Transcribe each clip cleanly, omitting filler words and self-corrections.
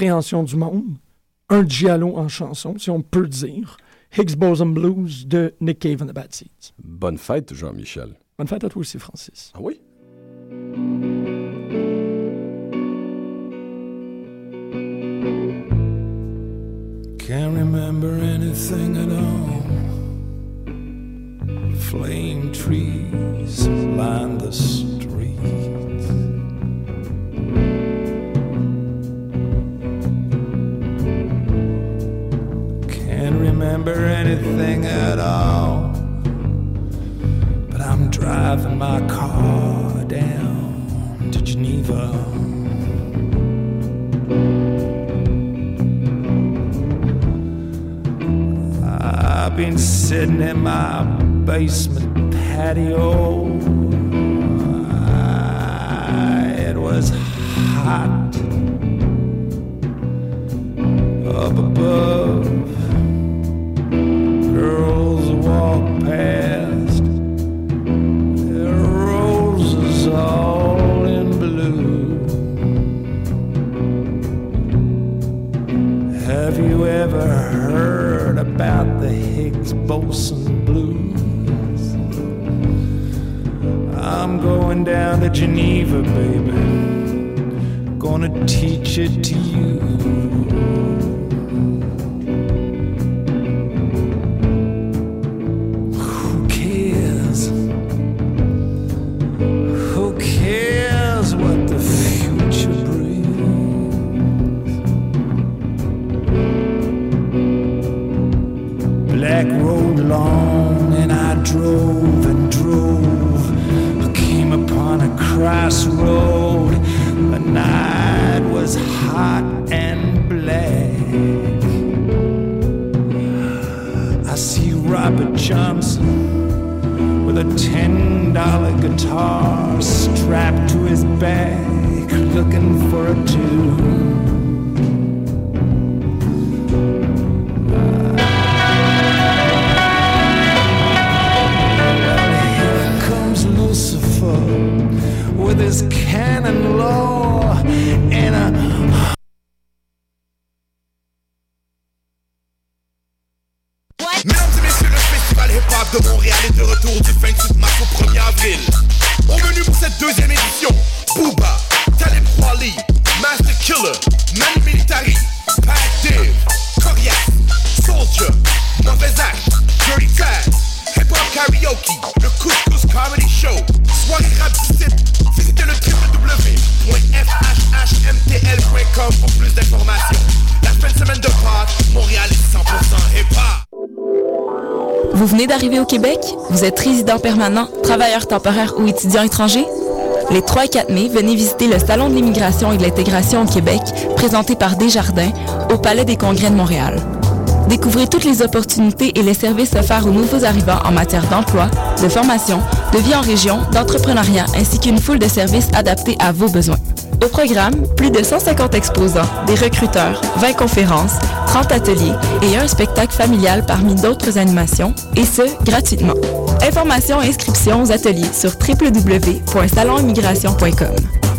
compréhension du monde, un giallo en chanson, si on peut dire. Higgs Bosom Blues de Nick Cave and the Bad Seeds. Bonne fête, Jean-Michel. Bonne fête à toi aussi, Francis. Ah oui? Can't remember anything at all. Flame trees line the streets. Can't remember anything at all. But I'm driving my car down to Geneva. I've been sitting in my basement patio. It was hot up above. Girls walk past, their roses all in blue. Have you ever heard about the Higgs Boson Blues? I'm going down to Geneva, baby. Gonna teach it to you. Who cares? Who cares what the future brings? Black road long and I drove and drove. I came upon a crossroad. The night was hot and black. I see Robert Johnson with a $10 guitar strapped to his back, looking for a tune. With his canon law and a Mesdames et messieurs, le festival hip-hop de Montréal est de retour du 28 mars au 1er avril. Au menu pour cette deuxième édition, Booba, Talib Kweli, Master Killer, Mani Militari, Pat Div, Coriace, Soldier, Mauvais Acte, Dirty Tag, Hip-Hop Karaoke, le Couscous Comedy Show, soirée rap 17. Visitez le www.fhhmtl.com pour plus d'informations. La fin de semaine de Pâques, Montréal est 100% hip-hop. Vous venez d'arriver au Québec? Vous êtes résident permanent, travailleur temporaire ou étudiant étranger? Les 3 et 4 mai, venez visiter le Salon de l'immigration et de l'intégration au Québec, présenté par Desjardins, au Palais des Congrès de Montréal. Découvrez toutes les opportunités et les services offerts aux nouveaux arrivants en matière d'emploi, de formation, de vie en région, d'entrepreneuriat, ainsi qu'une foule de services adaptés à vos besoins. Au programme, plus de 150 exposants, des recruteurs, 20 conférences, 30 ateliers et un spectacle familial parmi d'autres animations, et ce, gratuitement. Informations et inscriptions aux ateliers sur www.salonimmigration.com.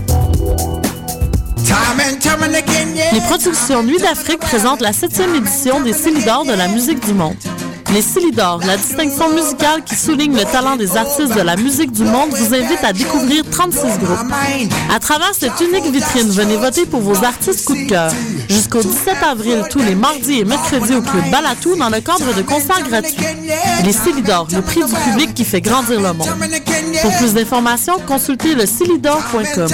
Les productions Nuit d'Afrique présentent la 7e édition des Célidors de la musique du monde. Les Célidors, la distinction musicale qui souligne le talent des artistes de la musique du monde, vous invite à découvrir 36 groupes. À travers cette unique vitrine, venez voter pour vos artistes coup de cœur. Jusqu'au 17 avril, tous les mardis et mercredis au Club Balatou dans le cadre de concerts gratuits. Les Célidors, le prix du public qui fait grandir le monde. Pour plus d'informations, consultez le celidor.com.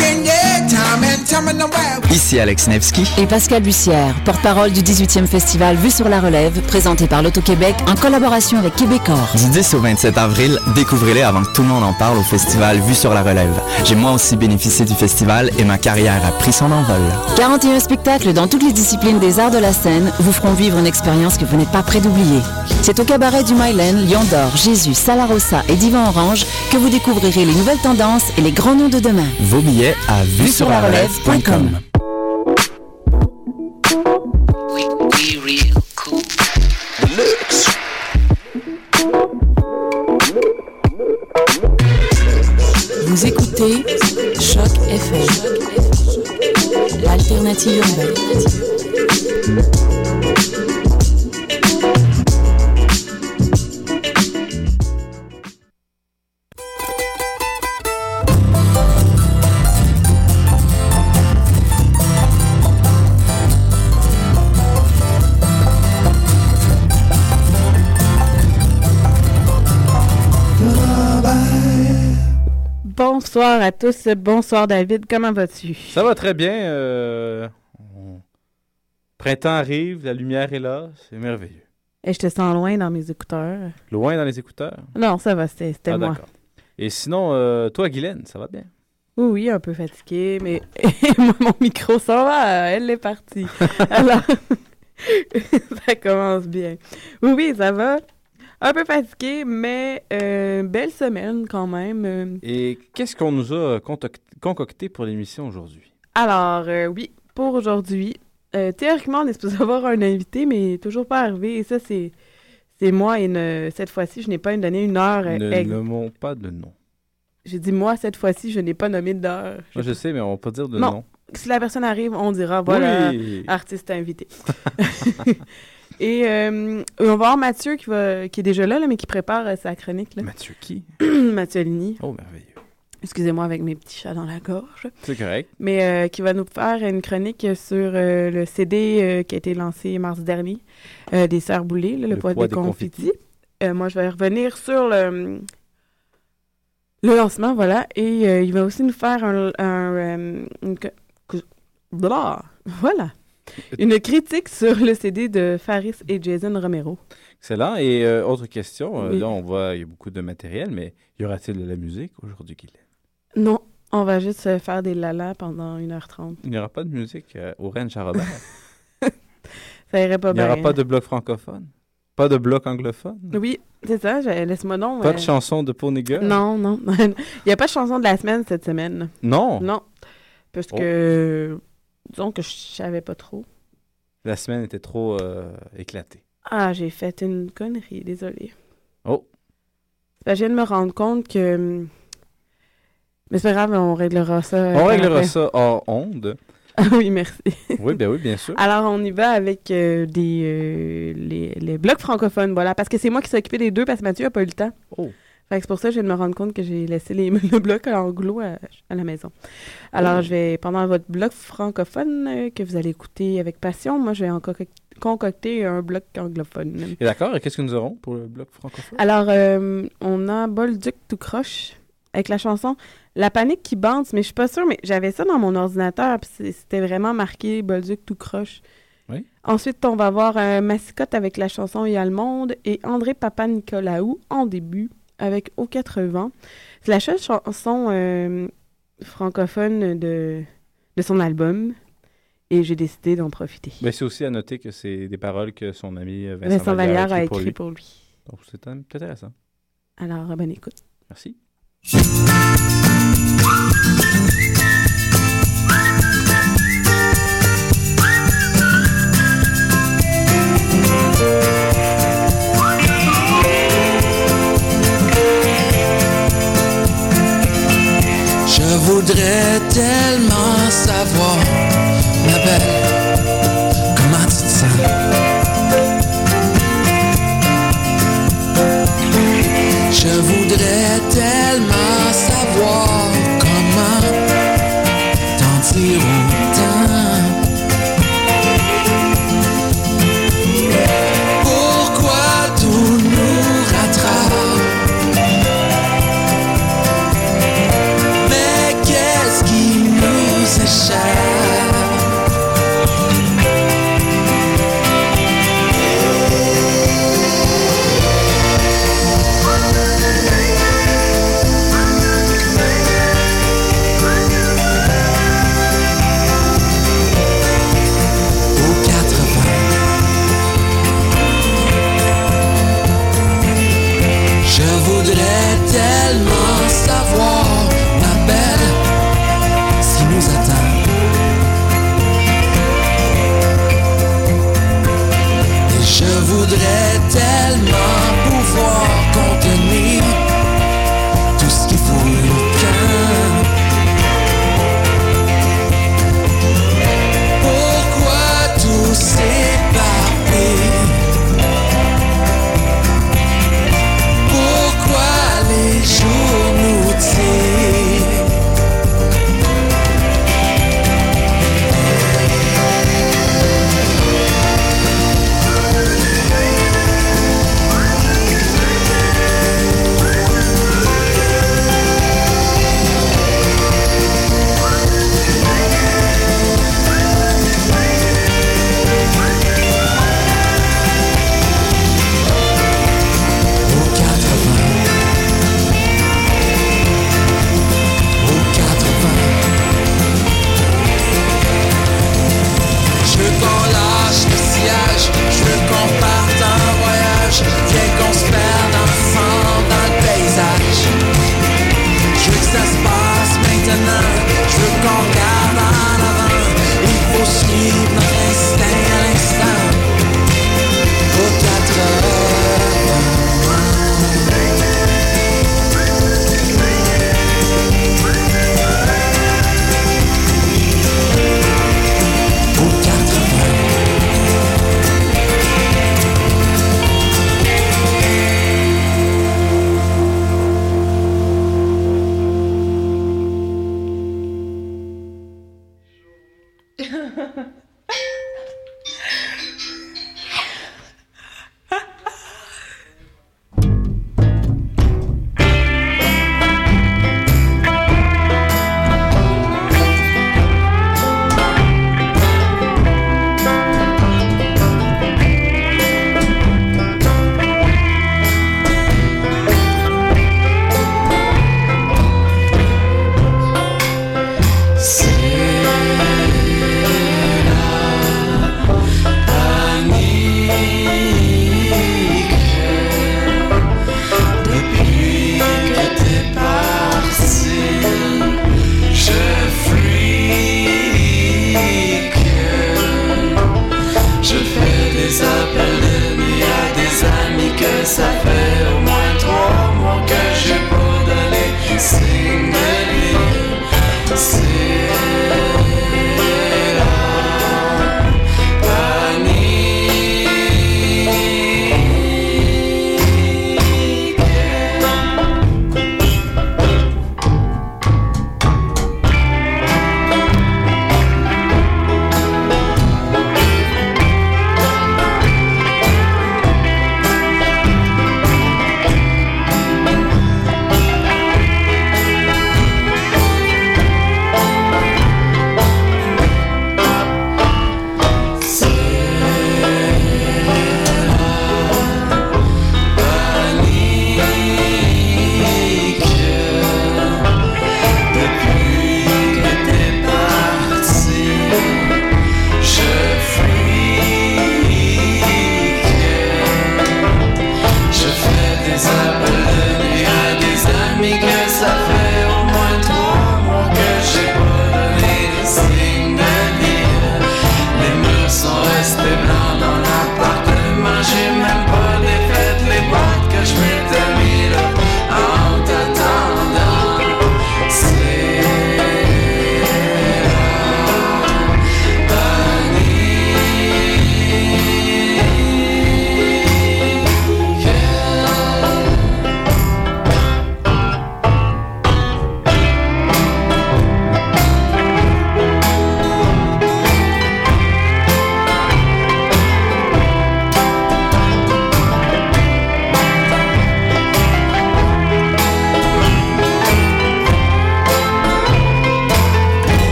Ici Alex Nevsky et Pascal Bussière, porte-parole du 18e festival Vue sur la Relève, présenté par l'Auto-Québec en collaboration avec Québecor. Du 10 au 27 avril, découvrez-les avant que tout le monde en parle au festival Vue sur la Relève. J'ai moi aussi bénéficié du festival et ma carrière a pris son envol. 41 spectacles dans toutes les disciplines des arts de la scène vous feront vivre une expérience que vous n'êtes pas près d'oublier. C'est au cabaret du Mylen, Lion d'Or, Jésus, Salarossa et Divan Orange que vous découvrirez les nouvelles tendances et les grands noms de demain. Vos billets à vuesurlarelève.com. Vous écoutez Choc FM, l'alternative urbaine. parti. Bonsoir à tous. Bonsoir David, comment vas-tu? Ça va très bien. Printemps arrive, la lumière est là, c'est merveilleux. Et je te sens loin dans mes écouteurs. Loin dans les écouteurs? Non, ça va, c'était moi. D'accord. Et sinon, toi Guylaine, ça va bien? Oui, un peu fatiguée, mais moi, mon micro s'en va, elle est partie. Alors, ça commence bien. Oui, ça va. Un peu fatigué, mais belle semaine quand même. Et qu'est-ce qu'on nous a concocté pour l'émission aujourd'hui? Alors, oui, pour aujourd'hui, théoriquement, on est supposé avoir un invité, mais toujours pas arrivé. Et ça, c'est moi. Et cette fois-ci, je n'ai pas donné une heure. Ne nommons pas de nom. J'ai dit moi, cette fois-ci, je n'ai pas nommé d'heure. Moi, je sais, mais on va pas dire de nom. Si la personne arrive, on dira, voilà, oui. Artiste invité. Et on va voir Mathieu qui est déjà là, mais qui prépare sa chronique. Là. Mathieu qui? Mathieu Aligny. Oh, merveilleux. Excusez-moi avec mes petits chats dans la gorge. C'est correct. Mais qui va nous faire une chronique sur le CD qui a été lancé mardi dernier, des Sœurs Boulay, le poids des confettis. Moi, je vais revenir sur le lancement, voilà. Et il va aussi nous faire une critique sur le CD de Faris et Jason Romero. Excellent. Et autre question, oui. Là, il y a beaucoup de matériel, mais y aura-t-il de la musique aujourd'hui, Guylaine? Non, on va juste faire des lalas pendant 1h30. Il n'y aura pas de musique au Ranch à Robert? Ça irait pas bien. Il n'y aura pas de bloc francophone? Pas de bloc anglophone? Oui, c'est ça. Laisse-moi donc. Pas de chanson de Pony Girl? Non. Il n'y a pas de chanson de la semaine cette semaine. Non? Non. Parce que... Disons que je savais pas trop. La semaine était trop éclatée. Ah, j'ai fait une connerie, désolée. Oh! Je viens de me rendre compte que... Mais c'est pas grave, on réglera ça. On réglera ça hors onde. Ah oui, merci. Oui, bien sûr. Alors, on y va avec les blocs francophones, voilà. Parce que c'est moi qui s'est occupé des deux, parce que Mathieu n'a pas eu le temps. Oh! Fait que c'est pour ça que je viens de me rendre compte que j'ai laissé le bloc anglo à la maison. Alors, je vais, pendant votre bloc francophone que vous allez écouter avec passion, moi, je vais concocter un bloc anglophone. Et d'accord, et qu'est-ce que nous aurons pour le bloc francophone? Alors, on a Bolduc tout croche avec la chanson La panique qui bande, mais je suis pas sûre, mais j'avais ça dans mon ordinateur, puis c'était vraiment marqué Bolduc tout croche. Oui. Ensuite, on va voir Massicotte avec la chanson Il y a le monde et André Papa Nicolaou en début avec Aux 80. C'est la seule chanson francophone de son album et j'ai décidé d'en profiter. Mais c'est aussi à noter que c'est des paroles que son ami Vincent Vallière a écrit pour lui. Donc c'est intéressant. Alors, bonne écoute. Merci. Je voudrais tellement savoir, ma belle, comment tu te sens. Je voudrais tellement savoir comment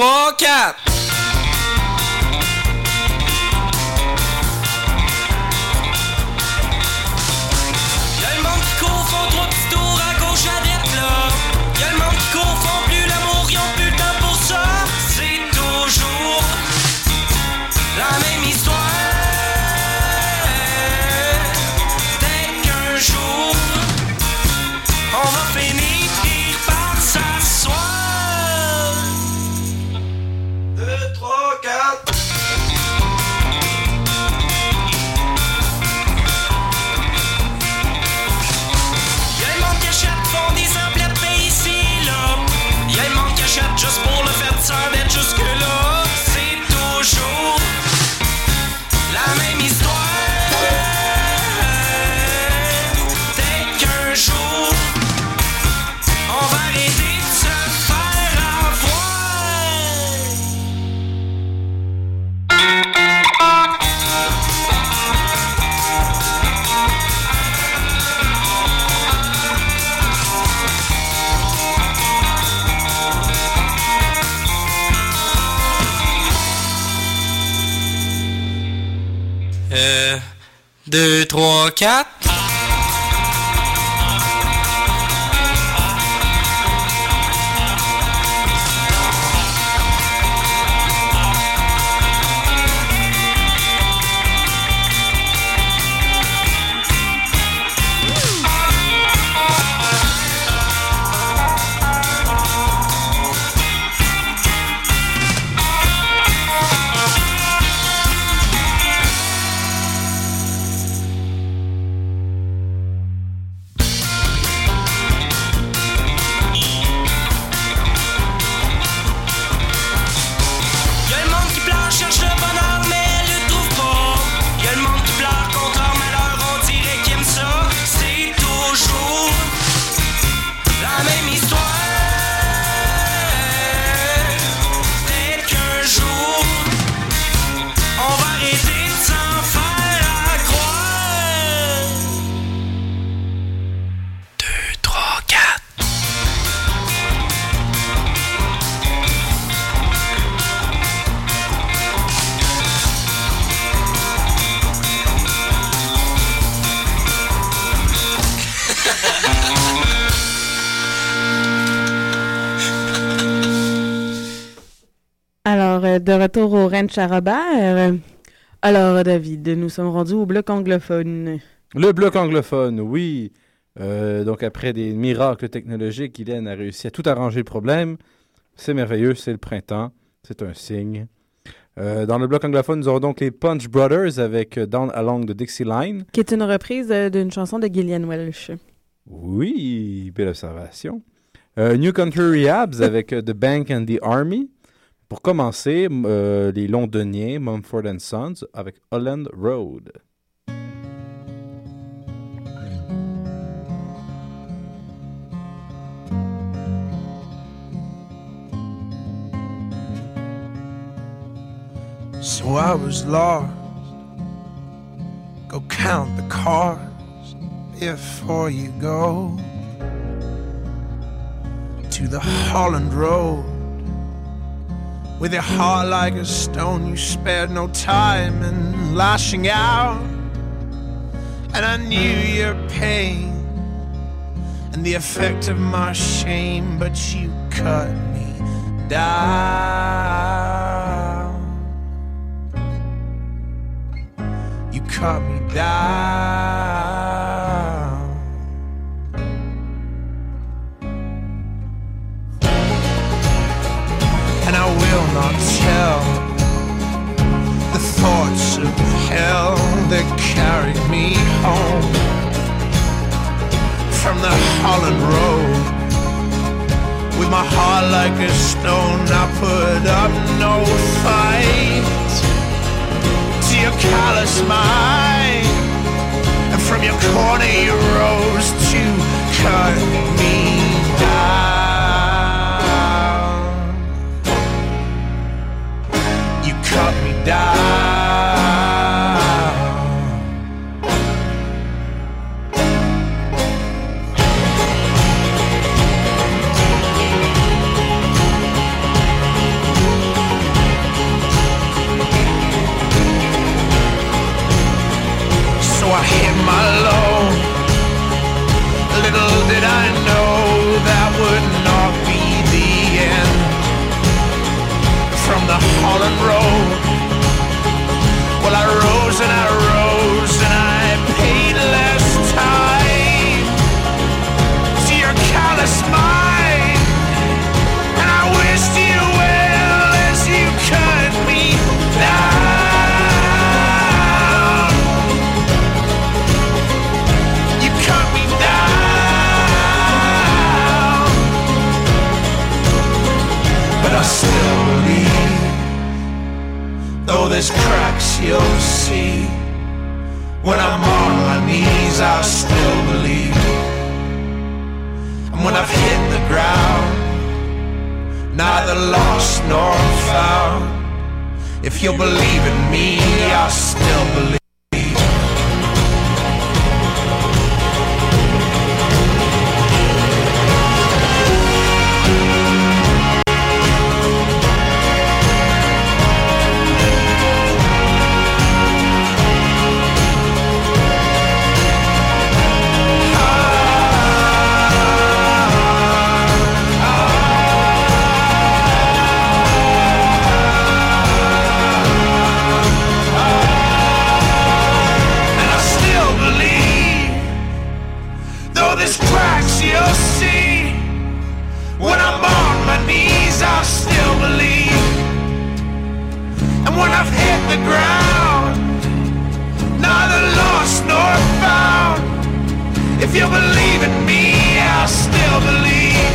3, 4. Y'a le monde qui court, font 3 petits tours à gauche, à droite, là. Y'a le monde qui court, font plus l'amour, ils ont plus le temps pour ça. C'est toujours la même histoire. Peut-être qu'un jour, on va finir par s'asseoir. 2, 3, 4. Y'a le monde qui achète, font des emplettes, mais ici, là. Y'a le monde qui achète juste pour le fait sans d'être jusque-là. C'est toujours la même histoire. Peut-être qu'un jour, on va arrêter de se faire avoir. 2, 3, 4. Y'a le monde qui pleure, cherche le bonheur, mais le trouve pas. Y'a le monde qui pleure contre leur malheur, on dirait qu'ils aiment ça. C'est toujours la même histoire. Peut-être qu'un jour, on va arrêter de s'en faire à croire. 2, 3, 4. Alors, de retour au Ranch à Robert. Alors, David, nous sommes rendus au bloc anglophone. Le bloc anglophone, oui. Donc, après des miracles technologiques, Hélène a réussi à tout arranger le problème. C'est merveilleux, c'est le printemps. C'est un signe. Dans le bloc anglophone, nous aurons donc les Punch Brothers avec Down Along the Dixie Line. Qui est une reprise d'une chanson de Gillian Welch. Oui, belle observation. New Country Rehabs avec The Bank and the Army. Pour commencer, les Londoniens, Mumford & Sons, avec Holland Road. So I was lost. Go count the cars before you go to the Holland Road. With your heart like a stone, you spared no time in lashing out. And I knew your pain and the effect of my shame, but you cut me down. You cut me down. And I will not tell the thoughts of hell that carried me home from the Holland Road. With my heart like a stone, I put up no fight to your callous mind. And from your corner you rose to cut me down. You cut me down. Holland Road. Well, I rose and I rose and I paid less time to your callous mind, and I wished you well as you cut me down. You cut me down, but I still believe, though there's cracks you'll see. When I'm on my knees, I'll still believe. And when I've hit the ground, neither lost nor found, if you'll believe in me, I'll still believe. If you believe in me, I'll still believe.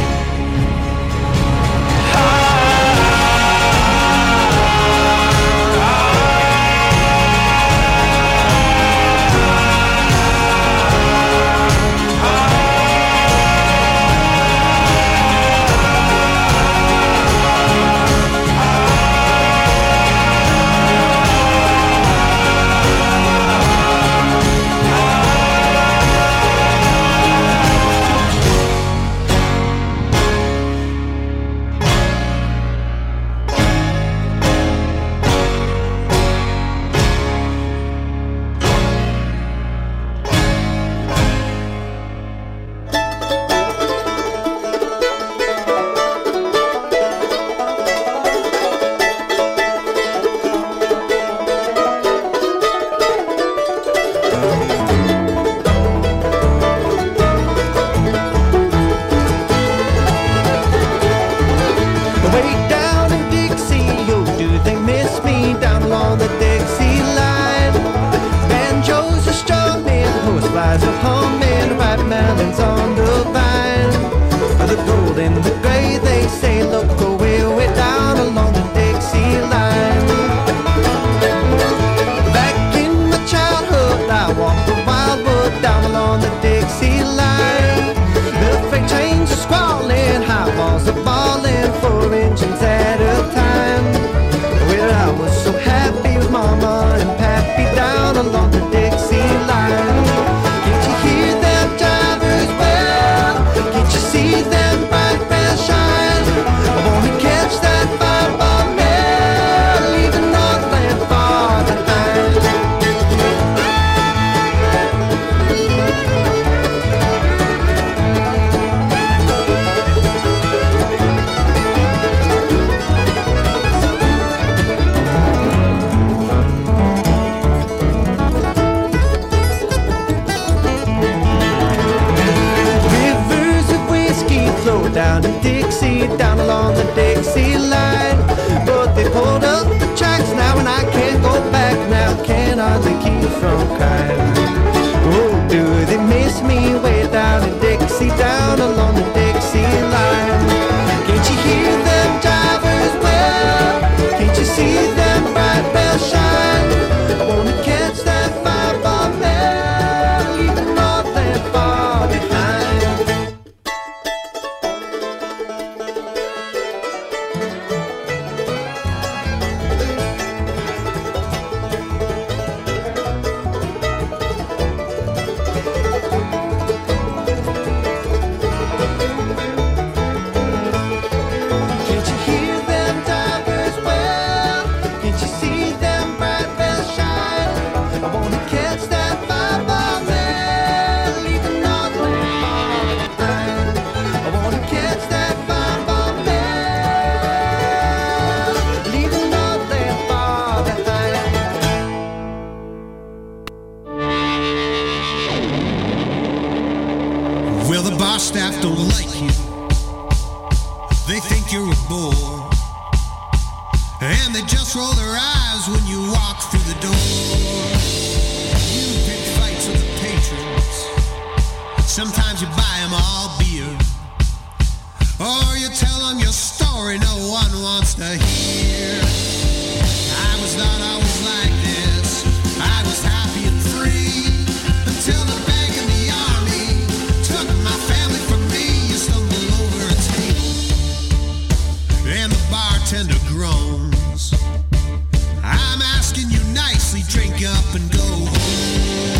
Well, the bar staff don't like you. They think you're a bore. And they just roll their eyes when you walk through the door. You pick fights with the patrons. Sometimes you buy them all beer. Or you tell them your story no one wants to hear. I was not always like this. I was happy and free until the bank and the army took my family from me. You stumble over a table and the bartender groans. I'm asking you nicely, drink up and go home.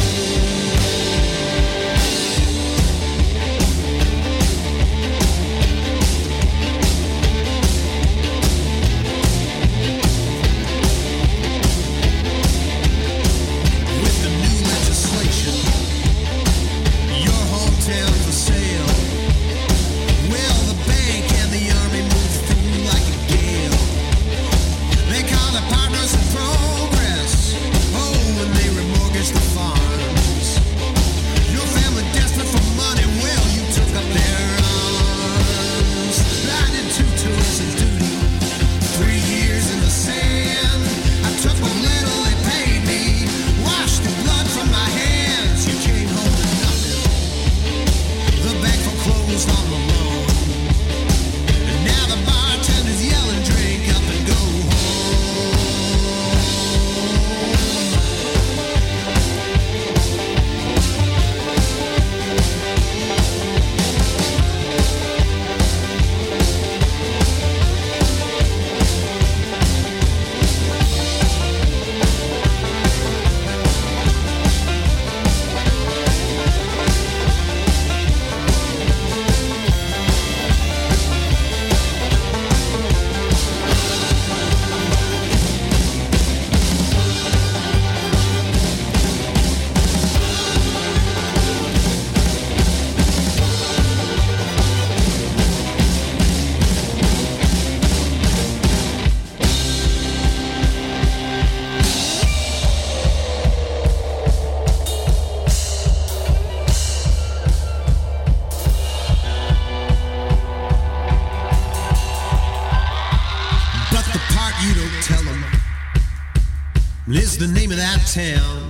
Is the name of that town.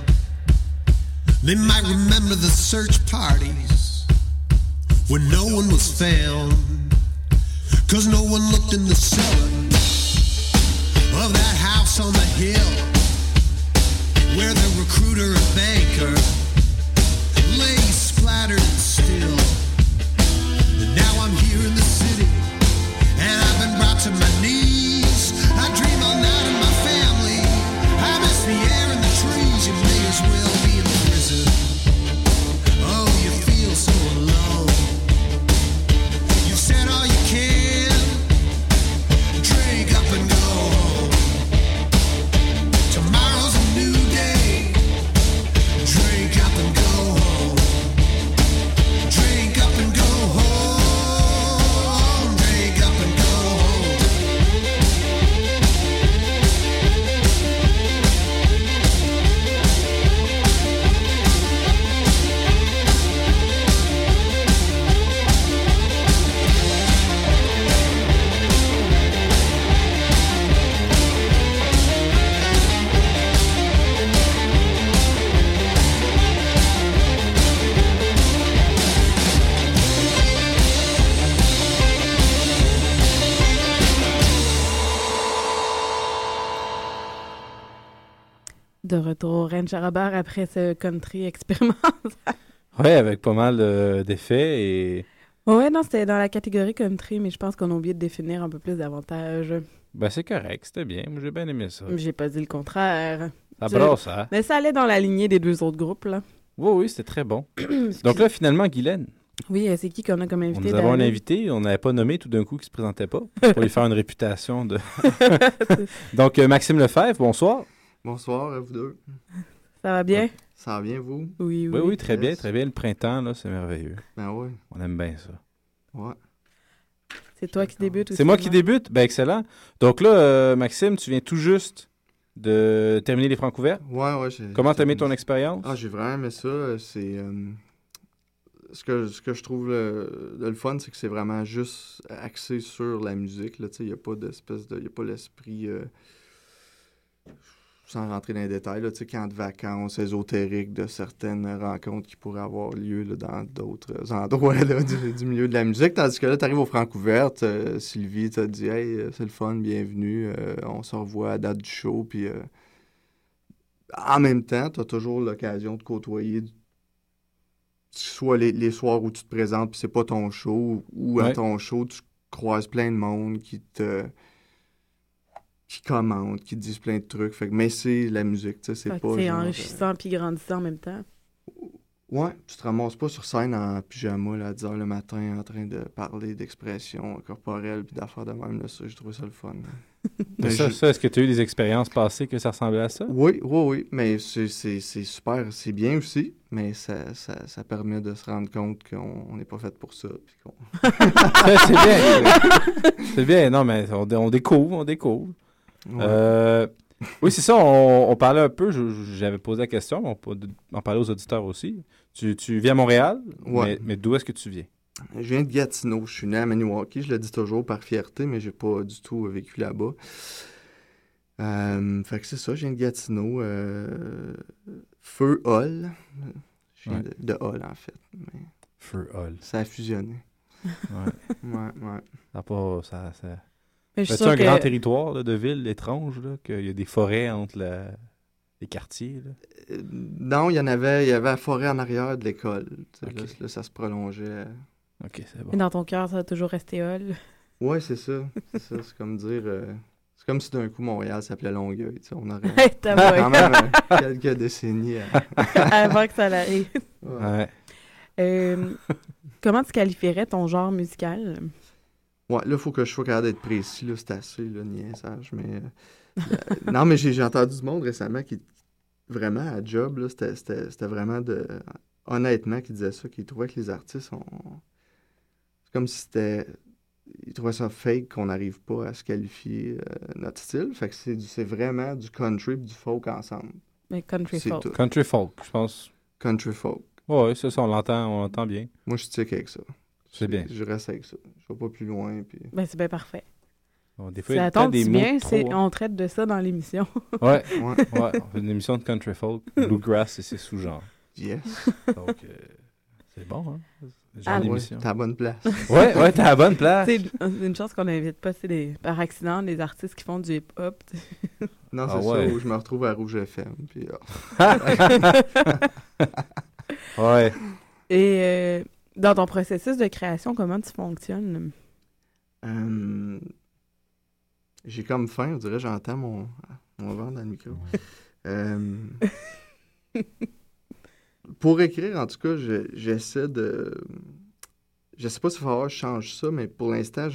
They might remember the search parties when no one was found, 'cause no one looked in the cellar of that house on the hill where the recruiter and banker lay splattered and still. And now I'm here in the city and I've been brought to my knees. I dream all night of my family. I miss the air and the trees. You may as well be in prison. Oh, you feel so alone. You've said all you can. Drink up and go home. Tomorrow's a new day. Drink up and go home. Drink up and go home. Drink up and go home. De retour au Ranch à Robert après ce country expérimental. Ouais, avec pas mal d'effets et... Ouais, non, c'était dans la catégorie country, mais je pense qu'on a oublié de définir un peu plus davantage. Ben, c'est correct, c'était bien. Moi, j'ai bien aimé ça. J'ai pas dit le contraire. Ça brosse, hein? Mais ça allait dans la lignée des deux autres groupes, là. Oui, oui, c'était très bon. Donc là, finalement, Guylaine. Oui, c'est qui qu'on a comme invité? Nous avons un invité, on n'avait pas nommé tout d'un coup qui se présentait pas, pour lui faire une réputation de... Donc, Maxime Lefebvre, bonsoir. Bonsoir à vous deux. Ça va bien? Ça va bien, vous? Oui, oui. Oui, oui, très bien, très bien. Le printemps, là, c'est merveilleux. Ben oui. On aime bien ça. Ouais. C'est toi qui débutes aussi. C'est moi qui débute? Ben, excellent. Donc là, Maxime, tu viens tout juste de terminer les Francs ouverts? Ouais. Comment t'as aimé ton expérience? Ah, j'ai vraiment aimé ça. ce que je trouve le fun, c'est que c'est vraiment juste axé sur la musique. Il n'y a pas d'espèce de... Il n'y a pas l'esprit... sans rentrer dans les détails, là, camp de vacances ésotériques de certaines rencontres qui pourraient avoir lieu là, dans d'autres endroits là, du milieu de la musique. Tandis que là, tu arrives aux Francouvertes, Sylvie t'a dit « Hey, c'est le fun, bienvenue, on se revoit à la date du show. » Puis en même temps, tu as toujours l'occasion de côtoyer soit les soirs où tu te présentes puis c'est pas ton show, ou à ton show, tu croises plein de monde qui commentent, qui disent plein de trucs. Mais c'est la musique, tu sais, c'est pas... C'est enrichissant puis grandissant en même temps. Ouais, tu te ramasses pas sur scène en pyjama là, à 10h le matin en train de parler d'expression corporelle puis d'affaires de même. Là, ça, j'ai trouvé ça le fun. Est-ce que tu as eu des expériences passées que ça ressemblait à ça? Oui. Mais c'est super, c'est bien aussi, mais ça permet de se rendre compte qu'on n'est pas fait pour ça. C'est bien. C'est bien, non, mais on découvre. Ouais. Oui, c'est ça, on parlait un peu, j'avais posé la question, mais on parlait aux auditeurs aussi. Tu viens à Montréal, mais d'où est-ce que tu viens? Je viens de Gatineau, je suis né à Maniwaki, je le dis toujours par fierté, mais j'ai pas du tout vécu là-bas. Fait que c'est ça, je viens de Gatineau, Feu Hall, je viens de Hall en fait. Mais Feu Hall. Ça a fusionné. Ouais. Ça... C'est un grand territoire là, de villes étranges, là, qu'il y a des forêts entre les quartiers? Là? Non, il y avait la forêt en arrière de l'école. Okay. Là, ça se prolongeait. OK, c'est bon. Et dans ton cœur, ça a toujours resté Hall? Oui, c'est ça. C'est comme dire... c'est comme si d'un coup, Montréal s'appelait Longueuil. On aurait quand même quelques décennies avant que ça l'arrive. Ouais. Comment tu qualifierais ton genre musical? Ouais, là, il faut que je sois capable d'être précis, là, c'est assez, là, niaisage, mais... non, mais j'ai entendu du monde récemment qui, vraiment, à job, là, c'était vraiment honnêtement, qui disait ça, qui trouvait que les artistes c'est comme si c'était... Ils trouvaient ça fake qu'on n'arrive pas à se qualifier notre style, fait que c'est vraiment du country et du folk ensemble. Mais country folk. Tout. Country folk, je pense. Country folk. Oui, ça, on l'entend bien. Moi, je suis tic avec ça. C'est bien. Je reste avec ça. Je vais pas plus loin. Puis... Ben, c'est bien parfait. Bon, des fois, ça tombe si bien, on traite de ça dans l'émission. Ouais. On fait une émission de country folk. Bluegrass et ses sous-genres. Yes. Donc, c'est bon, hein? T'as à la bonne place. Ouais, t'as à la bonne place. C'est une chance qu'on n'invite pas, par accident, des artistes qui font du hip-hop. Non, c'est ça, où je me retrouve à Rouge FM. Puis, ouais. Et dans ton processus de création, comment tu fonctionnes? J'ai comme faim, on dirait, j'entends mon ventre dans le micro. Pour écrire, en tout cas, j'essaie de... Je sais pas s'il va falloir que je change ça, mais pour l'instant,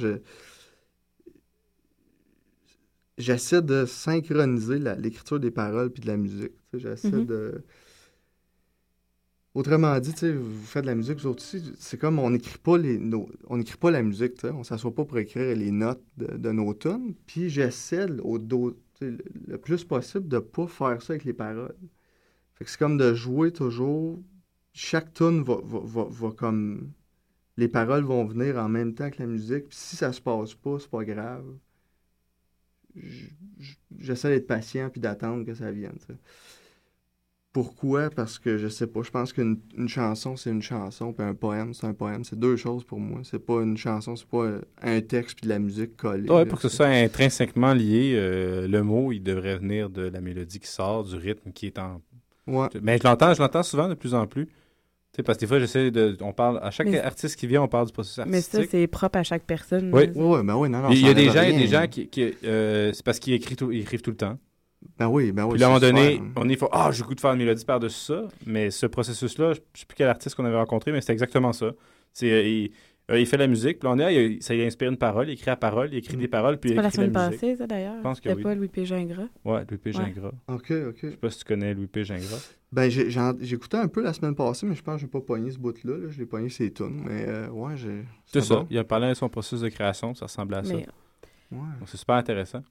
j'essaie de synchroniser l'écriture des paroles puis de la musique. J'essaie de... Autrement dit, vous faites de la musique, vous autres aussi, c'est comme on n'écrit pas la musique, on s'assoit pas pour écrire les notes de nos tunes, puis j'essaie le plus possible de pas faire ça avec les paroles. Fait que c'est comme de jouer toujours, chaque tune va comme... Les paroles vont venir en même temps que la musique, puis si ça se passe pas, c'est pas grave. J'essaie d'être patient puis d'attendre que ça vienne, t'sais. Pourquoi? Parce que je sais pas. Je pense qu'une chanson, c'est une chanson, puis un poème, c'est un poème. C'est deux choses pour moi. C'est pas une chanson, c'est pas un texte puis de la musique collée. Ouais, pour que ce soit intrinsèquement lié, le mot, il devrait venir de la mélodie qui sort, du rythme qui est en... Ouais. Mais je l'entends souvent de plus en plus. Parce que des fois, on parle, à chaque artiste qui vient, on parle du processus artistique. Mais ça, c'est propre à chaque personne. Oui. Non. Il y a des gens qui c'est parce qu'ils écrivent tout le temps. Ben oui. Puis à un moment donné, on est j'ai le goût de faire une mélodie par-dessus ça, mais ce processus-là, je ne sais plus quel artiste qu'on avait rencontré, mais c'était exactement ça. Il fait la musique, puis ça lui inspire une parole, il écrit la parole, il écrit des paroles, puis il écrit la musique. C'est pas la semaine passée, ça, d'ailleurs? Je pense que c'était oui. pas Louis P. Gingras? Ouais, Louis P. Gingras. OK. Je sais pas si tu connais Louis P. Gingras. Ben, j'ai écouté un peu la semaine passée, mais je pense que j'ai pas pogné ce bout-là. Là. Je l'ai pogné ses tunes, mais c'est ça. Bon. Il a parlé de son processus de création, ça ressemble à ça. Ouais. Donc, c'est super intéressant.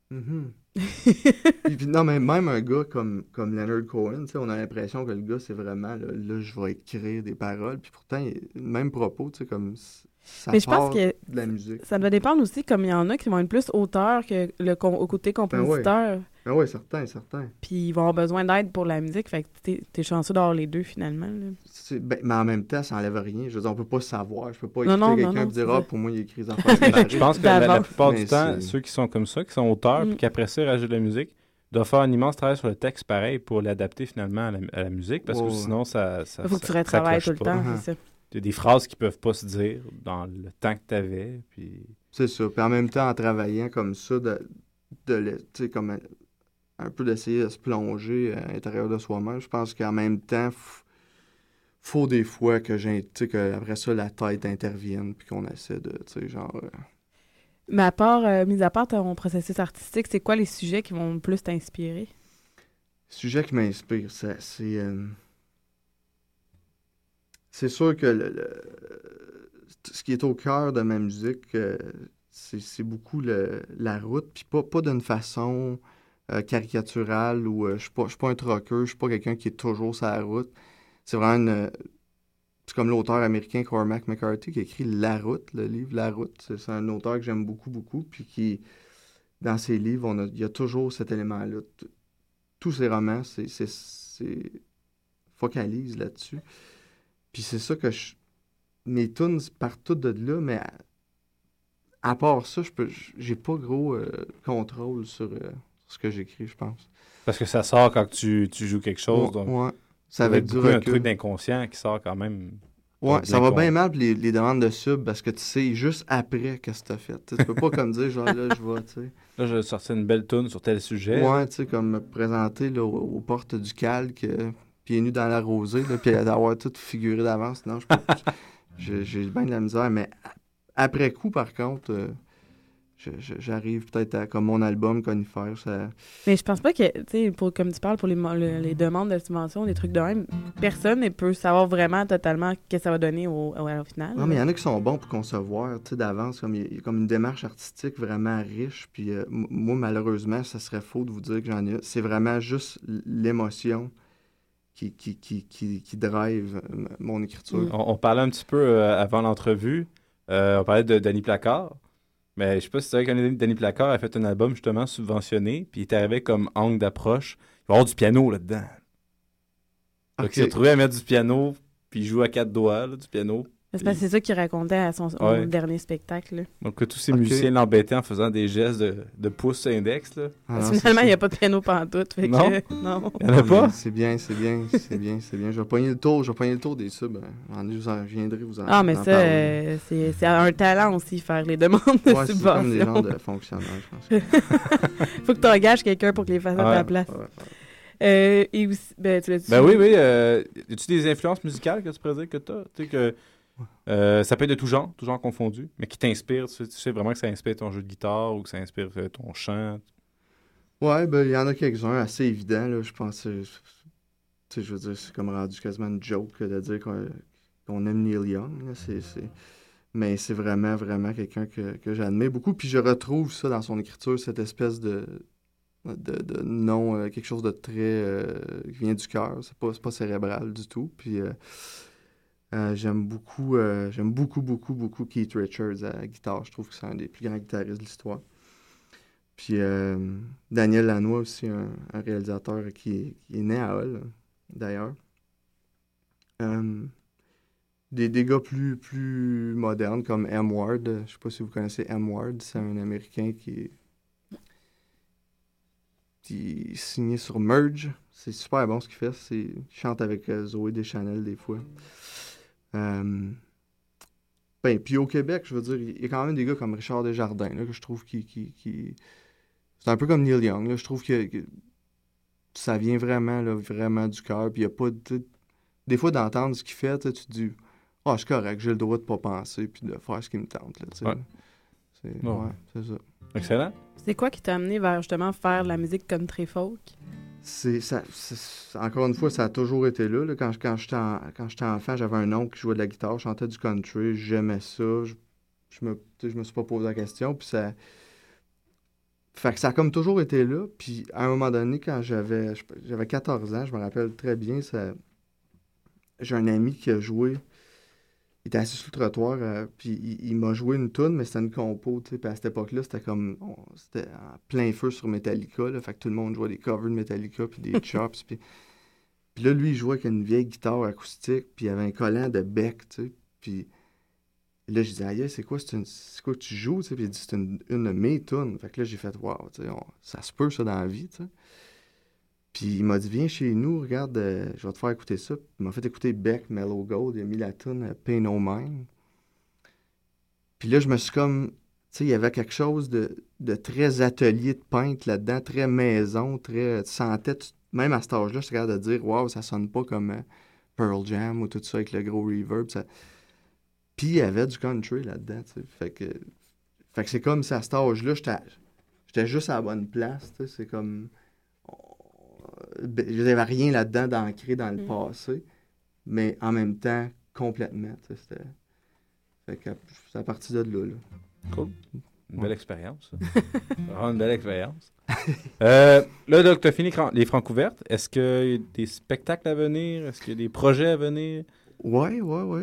Mhm. Puis non, mais même un gars comme Leonard Cohen, tu sais, on a l'impression que le gars, c'est vraiment, là, je vais écrire des paroles, puis pourtant, le même propos, tu sais, comme ça Mais je pense part que de la musique. ça doit dépendre aussi, comme il y en a qui vont être plus auteurs que au côté compositeur. Ben oui, certain. Puis ils vont avoir besoin d'aide pour la musique, fait que t'es chanceux d'avoir les deux, finalement. Là. Mais en même temps, ça enlève rien. Je veux dire, on peut pas savoir. Je peux pas Non, écouter non, quelqu'un non, et dire « c'est Ah, ça. pour moi, il écrit des affaires. » Je pense que la plupart du Mais temps, c'est- ceux qui sont comme ça, qui sont auteurs, puis qui après ça rajoutent de la musique, doivent faire un immense travail sur le texte pareil pour l'adapter finalement à la musique, parce que Ouais. sinon, ça Il faut que tu ça retravailles cloche tout le pas. temps, c'est ça. Il y a des phrases qui peuvent pas se dire dans le temps que tu avais, puis... C'est ça. Puis en même temps, en travaillant comme ça, tu sais, comme un peu d'essayer de se plonger à l'intérieur de soi-même, je pense qu'en même temps, faut des fois que tu sais, qu'après ça, la tête intervienne, puis qu'on essaie de, tu sais, genre... Mais mis à part ton processus artistique, c'est quoi les sujets qui vont le plus t'inspirer? Sujet qui m'inspire, c'est sûr que ce qui est au cœur de ma musique, c'est beaucoup la route, puis pas d'une façon caricaturale ou je suis pas un trucker, je suis pas quelqu'un qui est toujours sur la route. C'est vraiment c'est comme l'auteur américain Cormac McCarthy qui a écrit La Route, le livre La Route. C'est un auteur que j'aime beaucoup, beaucoup, puis qui, dans ses livres, il y a toujours cet élément-là. Tous ses romans, focalisent là-dessus. Puis c'est ça que mes tunes partent toutes de là, mais à part ça, j'ai pas gros contrôle sur ce que j'écris, je pense. Parce que ça sort quand tu joues quelque chose, donc... Ouais. Ça va être beaucoup un truc d'inconscient qui sort quand même. Ouais, ça va bien mal les demandes de sub parce que tu sais juste après qu'est-ce que t'as fait. Tu peux pas comme dire genre là je vais, tu sais. Là, je sortais une belle toune sur tel sujet. Ouais, tu sais, comme me présenter là, aux portes du calque, pieds nus dans la rosée, là, puis d'avoir tout figuré d'avance. Non, je peux pas. J'ai bien de la misère, mais après coup, par contre, j'arrive peut-être à, comme mon album Conifère, ça... Mais je pense pas que, tu sais, comme tu parles, pour les demandes de subvention, des trucs de même, personne ne peut savoir vraiment totalement ce que ça va donner au final. Non, mais il y en a qui sont bons pour concevoir, tu sais, d'avance, comme il y a comme une démarche artistique vraiment riche, puis moi, malheureusement, ça serait faux de vous dire que j'en ai... C'est vraiment juste l'émotion qui drive mon écriture. On parlait un petit peu avant l'entrevue, on parlait de Danny Placard. Mais je sais pas si tu savais que Danny Placard a fait un album justement subventionné, puis il est arrivé comme angle d'approche. Il va y avoir du piano là-dedans. Donc il s'est retrouvé à mettre du piano, puis il joue à 4 doigts là, du piano. C'est ça qu'il racontait à son dernier spectacle. Là. Donc tous ces musiciens l'embêtaient en faisant des gestes de pouce index. Là. Finalement, il n'y a pas de piano pantoute. Fait non? Non. Il n'y en a pas? C'est bien. Je vais pogner le tour des subs. Je viendrai vous en Ah, mais en ça, parler. c'est un talent aussi, faire les demandes de subvention. C'est comme des gens de fonctionnaires, je pense. Faut que tu engages quelqu'un pour qu'il les fasse à ta place. Et aussi, tu l'as dit. Ben oui. As-tu des influences musicales que tu pourrais dire que tu as? Tu sais que ça peut être de tout genre confondu, mais qui t'inspire. Tu sais vraiment que ça inspire ton jeu de guitare ou que ça inspire ton chant. Ouais, il y en a quelques-uns assez évidents, là, je pense. Tu sais, je veux dire, c'est comme rendu quasiment une joke de dire qu'on aime Neil Young. Là, mais c'est vraiment, vraiment quelqu'un que j'admire beaucoup. Puis je retrouve ça dans son écriture, cette espèce de non, quelque chose de très... qui vient du cœur. C'est pas cérébral du tout. Puis... j'aime beaucoup Keith Richards à la guitare. Je trouve que c'est un des plus grands guitaristes de l'histoire. Puis Daniel Lanois aussi, un réalisateur qui est né à Hull, d'ailleurs. Des gars plus modernes comme M. Ward. Je sais pas si vous connaissez M. Ward. C'est un Américain qui est signé sur Merge. C'est super bon ce qu'il fait. Il chante avec Zoé Deschanel des fois. Puis au Québec, je veux dire, il y a quand même des gars comme Richard Desjardins, là, que je trouve qui... C'est un peu comme Neil Young, là, je trouve que ça vient vraiment, là, vraiment du cœur, puis il n'y a pas... Des fois, d'entendre ce qu'il fait, tu te dis « Ah, c'est correct, j'ai le droit de pas penser, puis de faire ce qui me tente. » C'est ça. Excellent. C'est quoi qui t'a amené vers, justement, faire de la musique country folk? Encore une fois, ça a toujours été là. Quand j'étais enfant, j'avais un oncle qui jouait de la guitare, je chantais du country, j'aimais ça. Je me suis pas posé la question. Puis ça Fait que ça a comme toujours été là. Puis à un moment donné, quand j'avais 14 ans, je me rappelle très bien, j'ai un ami qui a joué. Il était assis sur le trottoir, puis il m'a joué une toune, mais c'était une compo, tu sais. Puis à cette époque-là, c'était en plein feu sur Metallica, là. Fait que tout le monde jouait des covers de Metallica, puis des chops. Puis là, lui, il jouait avec une vieille guitare acoustique, puis il avait un collant de bec, tu sais. Puis là, je disais, aïe, c'est quoi que tu joues, tu sais? Puis il dit, c'est une de mes tunes. Fait que là, j'ai fait, waouh, tu sais, ça se peut, ça, dans la vie, tu sais. Puis il m'a dit, viens chez nous, regarde, je vais te faire écouter ça. Puis il m'a fait écouter Beck, Mellow Gold, il a mis la tune Pay No Mind. Puis là, je me suis comme, tu sais, il y avait quelque chose de très atelier de peintre là-dedans, très maison, très, tu sentais, même à cet âge-là, je suis capable de dire, waouh, ça sonne pas comme Pearl Jam ou tout ça avec le gros reverb. Puis il y avait du country là-dedans, tu sais. Fait que c'est comme si à cet âge-là, j'étais juste à la bonne place, tu sais. C'est comme... Il n'y avait rien là-dedans d'ancré dans le passé, mais en même temps, complètement, tu sais. Fait que c'est à partir de là. Cool. Une belle expérience. Vraiment une belle expérience. Là, donc, tu as fini les francs ouvertes. Est-ce qu'il y a des spectacles à venir? Est-ce qu'il y a des projets à venir? Oui.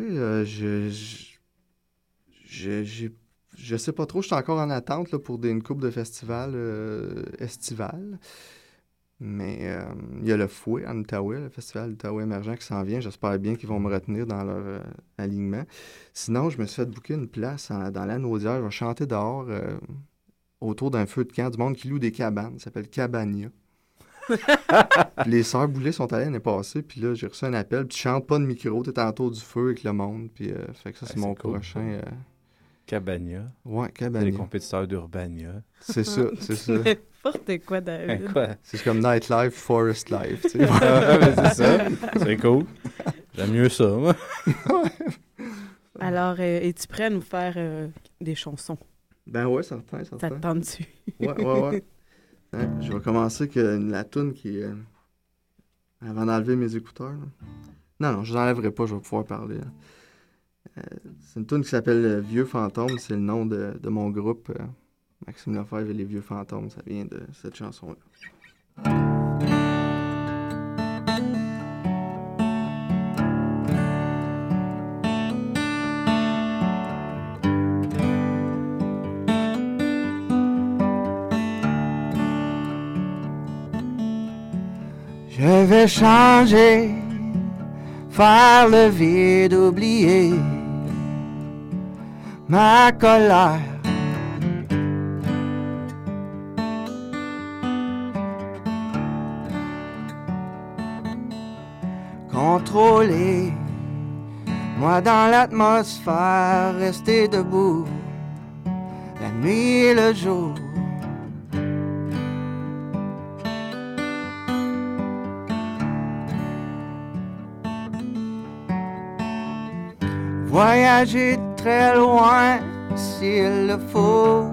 Je sais pas trop. Je suis encore en attente là, pour une couple de festivals estivales. Mais il y a le Fouet en Outaouais, le festival Outaouais émergent qui s'en vient. J'espère bien qu'ils vont me retenir dans leur alignement. Sinon, je me suis fait booker une place dans l'Anaudière. Je vais chanter dehors autour d'un feu de camp du monde qui loue des cabanes. Ça s'appelle Cabania. Les sœurs Boulay sont allées l'année passée. Puis là, j'ai reçu un appel. Puis tu chantes pas de micro. Tu es autour du feu avec le monde. Puis fait que ça, c'est mon prochain... Cabania. Ouais, Cabania. C'est les compétiteurs d'Urbania. C'est ça. N'importe quoi, David. Quoi? C'est comme Nightlife, Forest Life. Tu sais. C'est ça. C'est cool. J'aime mieux ça, moi. Alors, es-tu prêt à nous faire des chansons? Ben ouais, certain. Ça te tente-tu? Ouais. Je vais commencer avec la toune qui est... avant d'enlever mes écouteurs. Là. Non, je n'enlèverai pas, je vais pouvoir parler. C'est une toune qui s'appelle Vieux Fantôme. C'est le nom de mon groupe, Maxime Lefebvre et les Vieux Fantômes. Ça vient de cette chanson-là. Je vais changer, faire le vide, oublier ma colère. Contrôler, moi dans l'atmosphère, rester debout, la nuit et le jour. Voyager très loin s'il le faut.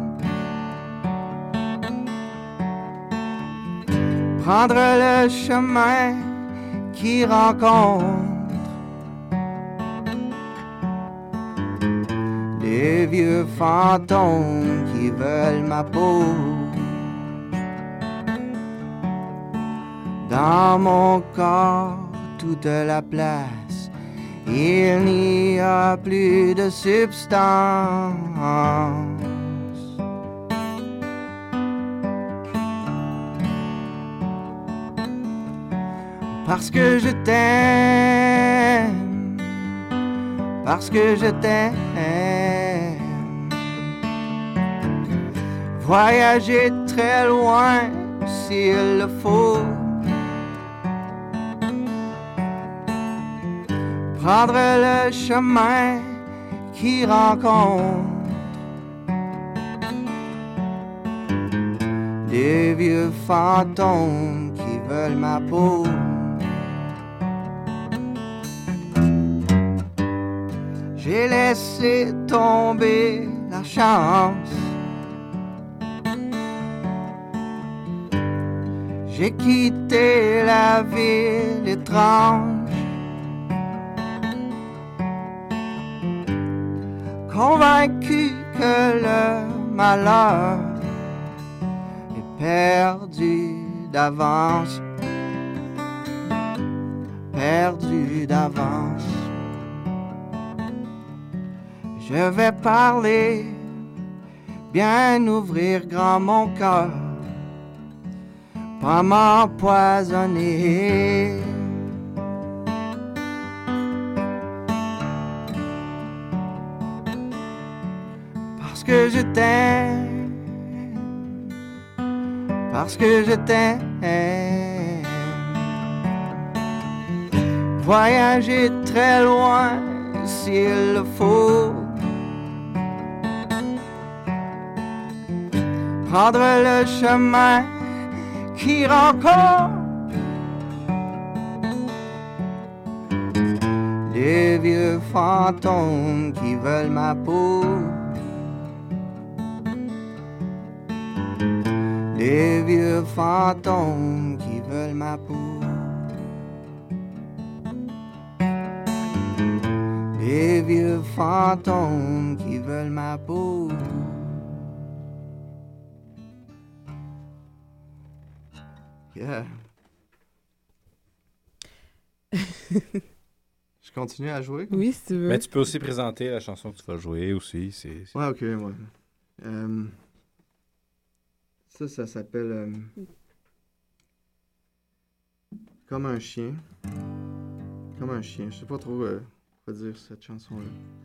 Prendre le chemin qui rencontre les vieux fantômes qui veulent ma peau. Dans mon corps, toute la place, il n'y a plus de substance. Parce que je t'aime, parce que je t'aime. Voyager très loin s'il le faut. Prendre le chemin qui rencontre des vieux fantômes qui veulent ma peau. J'ai laissé tomber la chance. J'ai quitté la ville étrange. Convaincu que le malheur perdu d'avance, perdu d'avance. Je vais parler, bien ouvrir grand mon cœur, pas m'empoisonner. Parce que je t'aime, parce que je t'aime. Voyager très loin s'il le faut, prendre le chemin qui rencontre des vieux fantômes qui veulent ma peau, des vieux fantômes qui veulent ma peau, des vieux fantômes qui veulent ma peau. Yeah. Je continue à jouer? Oui, si tu veux. Mais tu peux aussi présenter la chanson que tu vas jouer aussi. Ouais, ok, ouais. Ça s'appelle Comme un chien. Comme un chien. Je sais pas trop quoi dire cette chanson-là.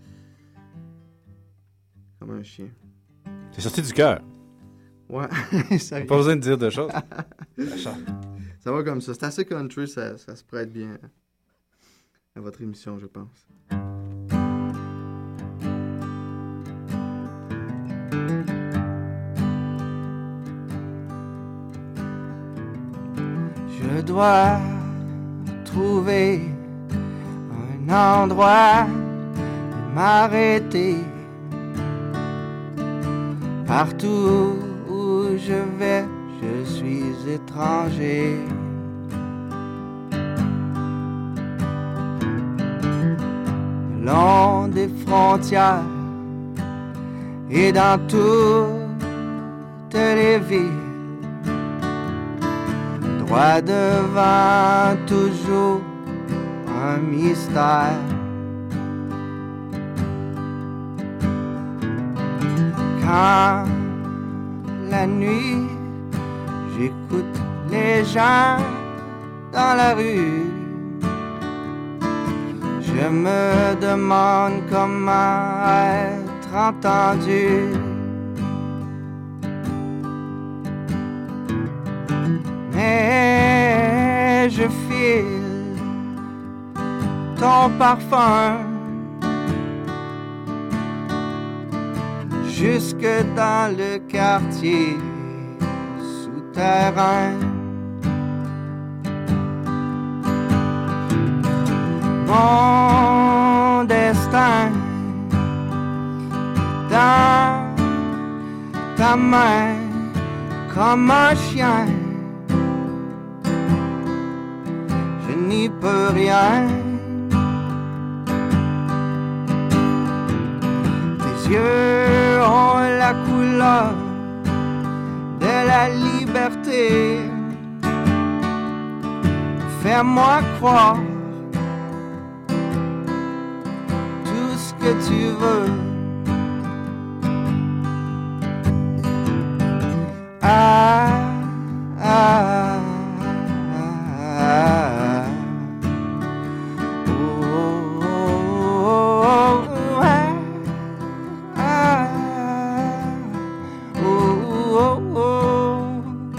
Comme un chien. C'est sorti du cœur. Ouais, ça pas besoin de dire de choses. Ça va comme ça. C'est assez country, ça se prête bien à votre émission, je pense. Je dois trouver un endroit où m'arrêter. Partout où je vais, je suis étranger. Le long des frontières et dans toutes les villes, droit devant toujours un mystère. Quand la nuit, j'écoute les gens dans la rue, je me demande comment être entendu. Mais je file ton parfum jusque dans le quartier souterrain. Mon destin dans ta main comme un chien. Je n'y peux rien. Tes yeux ont la couleur de la liberté. Fais-moi croire tout ce que tu veux. Ah, ah, ah, oh, oh, oh, ah, oh, oh, oh.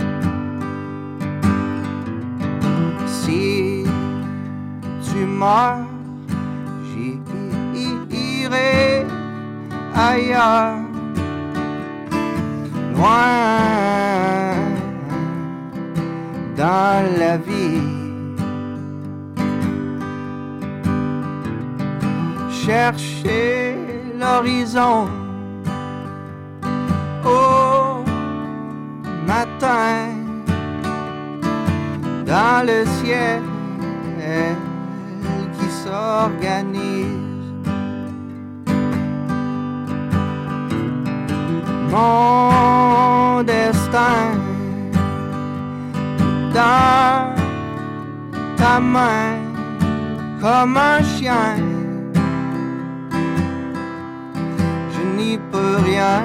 Si tu meurs, j'irai ailleurs, loin dans la vie. Chercher l'horizon au matin dans le ciel qui s'organise. Mon destin la main comme un chien. Je n'y peux rien.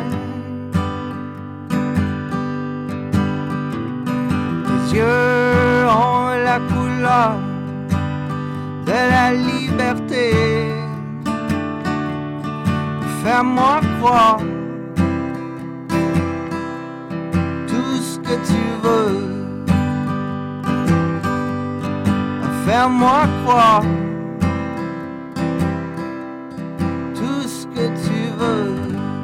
Tes yeux ont la couleur de la liberté. Fais-moi croire tout ce que tu veux. Fais-moi croire tout ce que tu veux.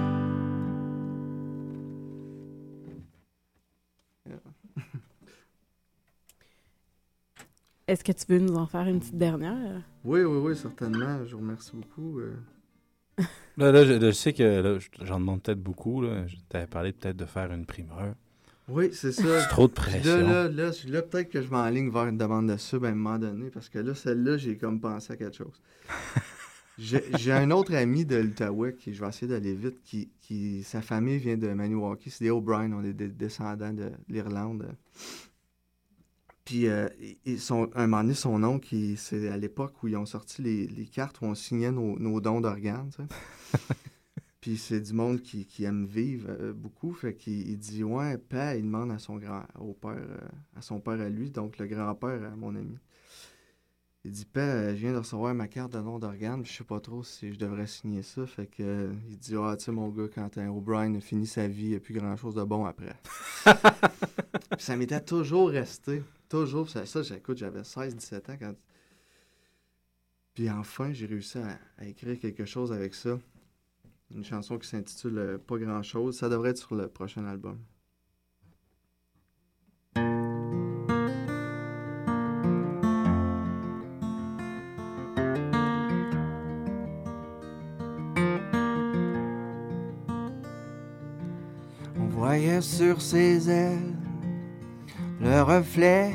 Est-ce que tu veux nous en faire une petite dernière? Oui, certainement. Je vous remercie beaucoup. Là, je sais que là, j'en demande peut-être beaucoup. Là. Je t'avais parlé peut-être de faire une primeur. Oui, c'est ça. C'est trop de pression. Là, peut-être que je m'enligne vers une demande de sub à un moment donné, parce que là, celle-là, j'ai comme pensé à quelque chose. J'ai un autre ami de l'Outaouais, je vais essayer d'aller vite, qui sa famille vient de Maniwaki. C'est des O'Brien, on est des descendants de l'Irlande. Puis, un moment donné, son oncle, c'est à l'époque où ils ont sorti les cartes où on signait nos dons d'organes, tu sais. Puis c'est du monde qui aime vivre beaucoup, fait qu'il dit « Ouais, père », il demande à son père à lui, donc le grand-père à mon ami. Il dit « Père, je viens de recevoir ma carte de don d'organe, je sais pas trop si je devrais signer ça. » Fait que il dit « Ah, tu sais, mon gars, quand un O'Brien a fini sa vie, il n'y a plus grand-chose de bon après. » Puis ça m'était toujours resté. Toujours. Ça j'écoute, j'avais 16-17 ans quand... Puis enfin, j'ai réussi à écrire quelque chose avec ça. Une chanson qui s'intitule Pas grand-chose. Ça devrait être sur le prochain album. On voyait sur ses ailes le reflet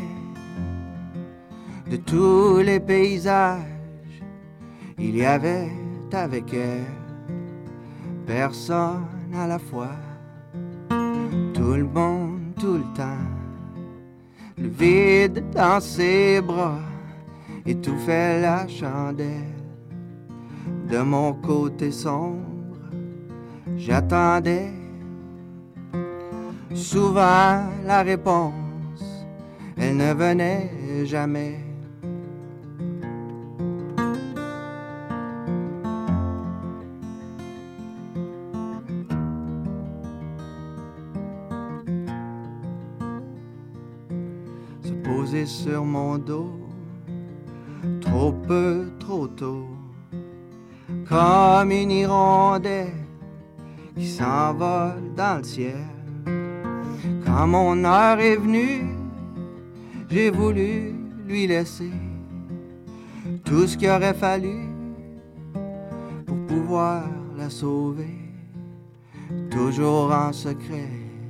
de tous les paysages. Il y avait avec elle personne à la fois, tout le monde, tout le temps, le vide dans ses bras étouffait la chandelle. De mon côté sombre, j'attendais souvent la réponse, elle ne venait jamais. Sur mon dos, trop peu, trop tôt, comme une hirondelle qui s'envole dans le ciel. Quand mon heure est venue, j'ai voulu lui laisser tout ce qu'il aurait fallu pour pouvoir la sauver. Toujours en secret,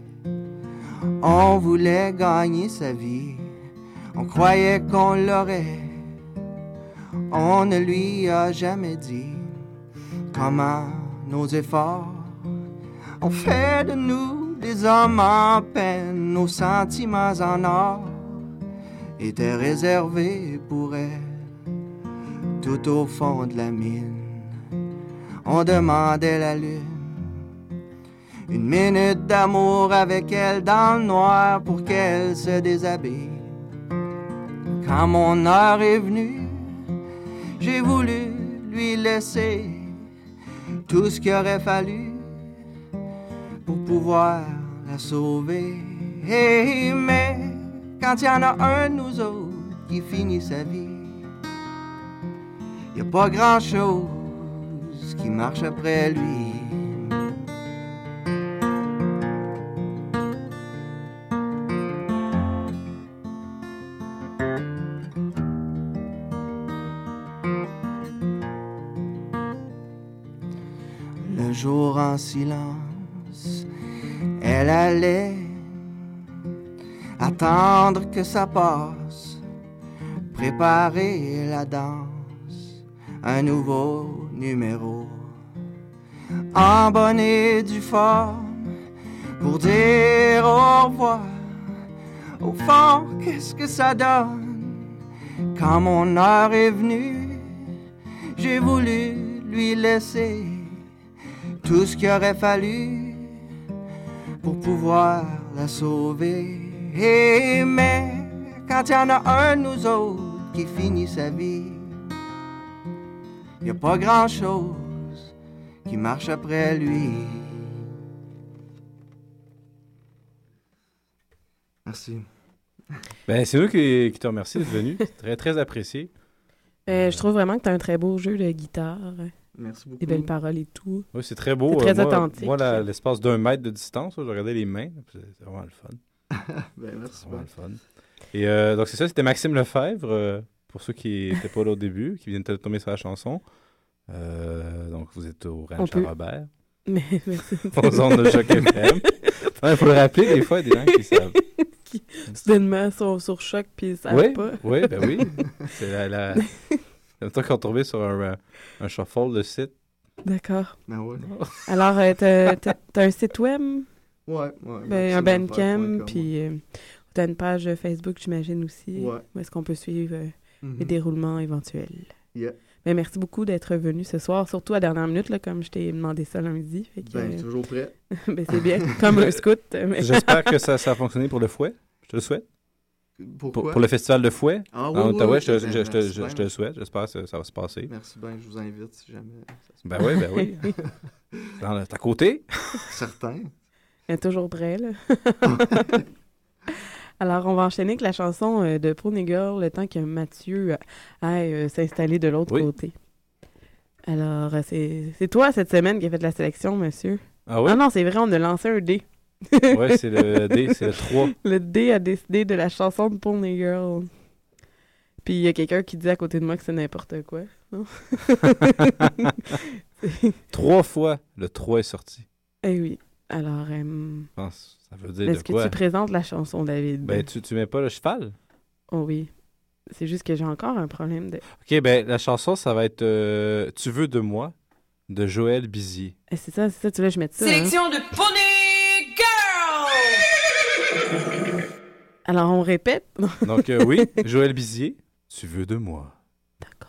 on voulait gagner sa vie. On croyait qu'on l'aurait, on ne lui a jamais dit comment nos efforts ont fait de nous des hommes en peine. Nos sentiments en or étaient réservés pour elle. Tout au fond de la mine, on demandait la lune. Une minute d'amour avec elle dans le noir pour qu'elle se déshabille. Quand mon heure est venue, j'ai voulu lui laisser tout ce qu'il aurait fallu pour pouvoir la sauver. Hey, mais quand il y en a un de nous autres qui finit sa vie, y a pas grand-chose qui marche après lui. Jour en silence, elle allait attendre que ça passe, préparer la danse, un nouveau numéro, en bonne et due forme, pour dire au revoir. Au fond, qu'est-ce que ça donne Quand mon heure est venue, j'ai voulu lui laisser tout ce qu'il aurait fallu pour pouvoir la sauver. Mais quand il y en a un de nous autres qui finit sa vie, y a pas grand-chose qui marche après lui. Merci. Ben, c'est nous qui te remercions d'être venu. Très, très apprécié. Je trouve vraiment que tu as un très beau jeu de guitare. Merci beaucoup. Des belles paroles et tout. Oui, c'est très beau. C'est très authentique. Moi, l'espace d'1 mètre de distance, je regardais les mains. C'est vraiment le fun. Ben, merci. C'est vraiment le fun. Et donc, c'est ça, c'était Maxime Lefebvre, pour ceux qui n'étaient pas là au début, qui viennent de tomber sur la chanson. Donc, vous êtes au Ranch à Robert. Mais merci. Aux ondes de Choc FM. Il faut le rappeler, des fois, il y a des gens qui savent. Qui, soudainement, sont sur choc puis ils savent pas. Oui, ben oui. C'est la... Comme toi qu'on tombé sur un shuffle de site. D'accord. Ben ouais. Alors, t'as un site web? Ouais. Ben, un Bandcamp, puis t'as une page Facebook, j'imagine aussi. Ouais. Où est-ce qu'on peut suivre les déroulements éventuels? Yeah. Ben, merci beaucoup d'être venu ce soir, surtout à la dernière minute, là, comme je t'ai demandé ça lundi. Fait que, ben, toujours prêt. Ben, c'est bien, comme un scout. Mais... J'espère que ça a fonctionné pour le fouet. Je te le souhaite. Pourquoi? Pour le festival de fouet. Ah oui, en Ottawa, oui, je te le souhaite. J'espère que ça va se passer. Merci bien, je vous invite si jamais. Ben oui. Dans ta côté. Certain. Elle est toujours prêt, là. Alors, on va enchaîner avec la chanson de Pony Girl, le temps que Mathieu aille s'installer de l'autre côté. Alors, c'est toi cette semaine qui a fait la sélection, monsieur. Ah oui? Ah non, c'est vrai, on a lancé un dé. Oui, c'est le D, c'est le 3. Le D a décidé de la chanson de Pony Girl. Puis il y a quelqu'un qui dit à côté de moi que c'est n'importe quoi. Non? 3 fois, le 3 est sorti. Eh oui. Alors, je pense, ça veut dire est-ce de quoi? que tu présentes la chanson, David? Ben, tu mets pas le cheval? Oh oui. C'est juste que j'ai encore un problème de... OK, ben, la chanson, ça va être Tu veux de moi, de Joël Bizier. C'est ça, tu veux que je mette ça. Sélection de Pony Girl! Alors, on répète? Donc, oui, Joël Bizier, Tu veux de moi. D'accord.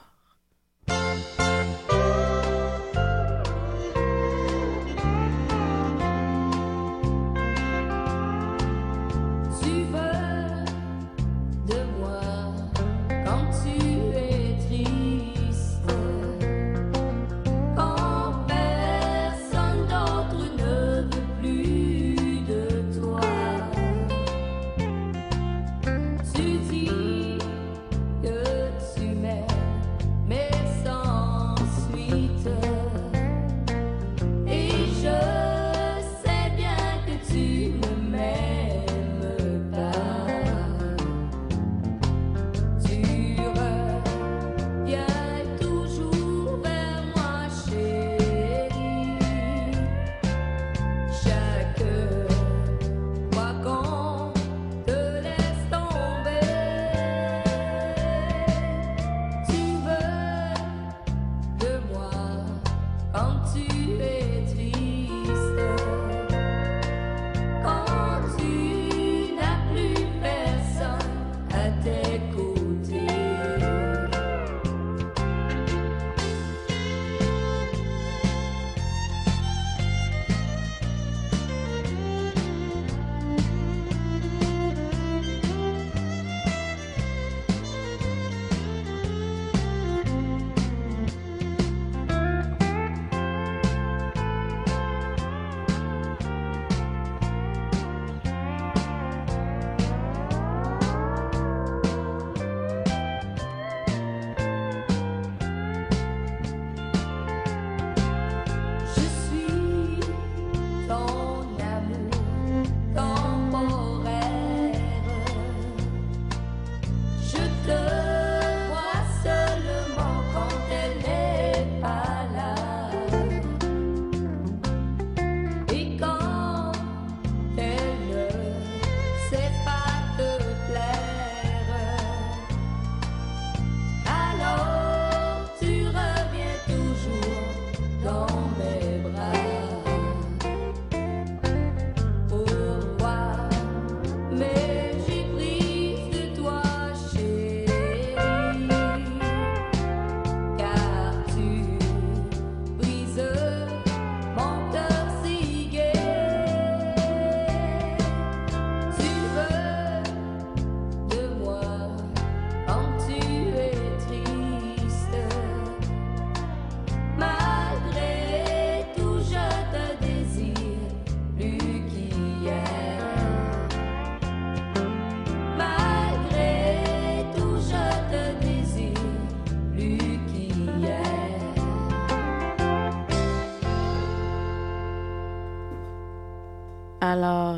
Alors,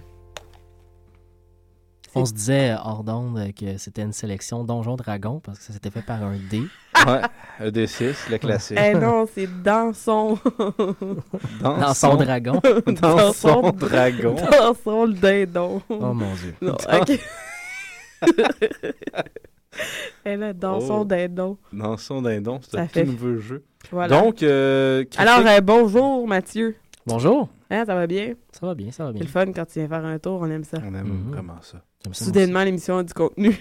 on se disait hors d'onde que c'était une sélection Donjon Dragon parce que ça s'était fait par un dé. Ouais, un D6, le classique. non, c'est Danson. Danson Dragon. Danson Dragon. Danson le dindon. Oh mon Dieu. Non, ok. Elle a Danson dindon. Danson dindon, c'est un fait... tout nouveau jeu. Voilà. Donc, alors, bonjour Mathieu. Bonjour. Hein, ça va bien? Ça va bien, ça va bien. C'est le fun quand tu viens faire un tour, on aime ça. On aime vraiment ça. Soudainement, l'émission a du contenu.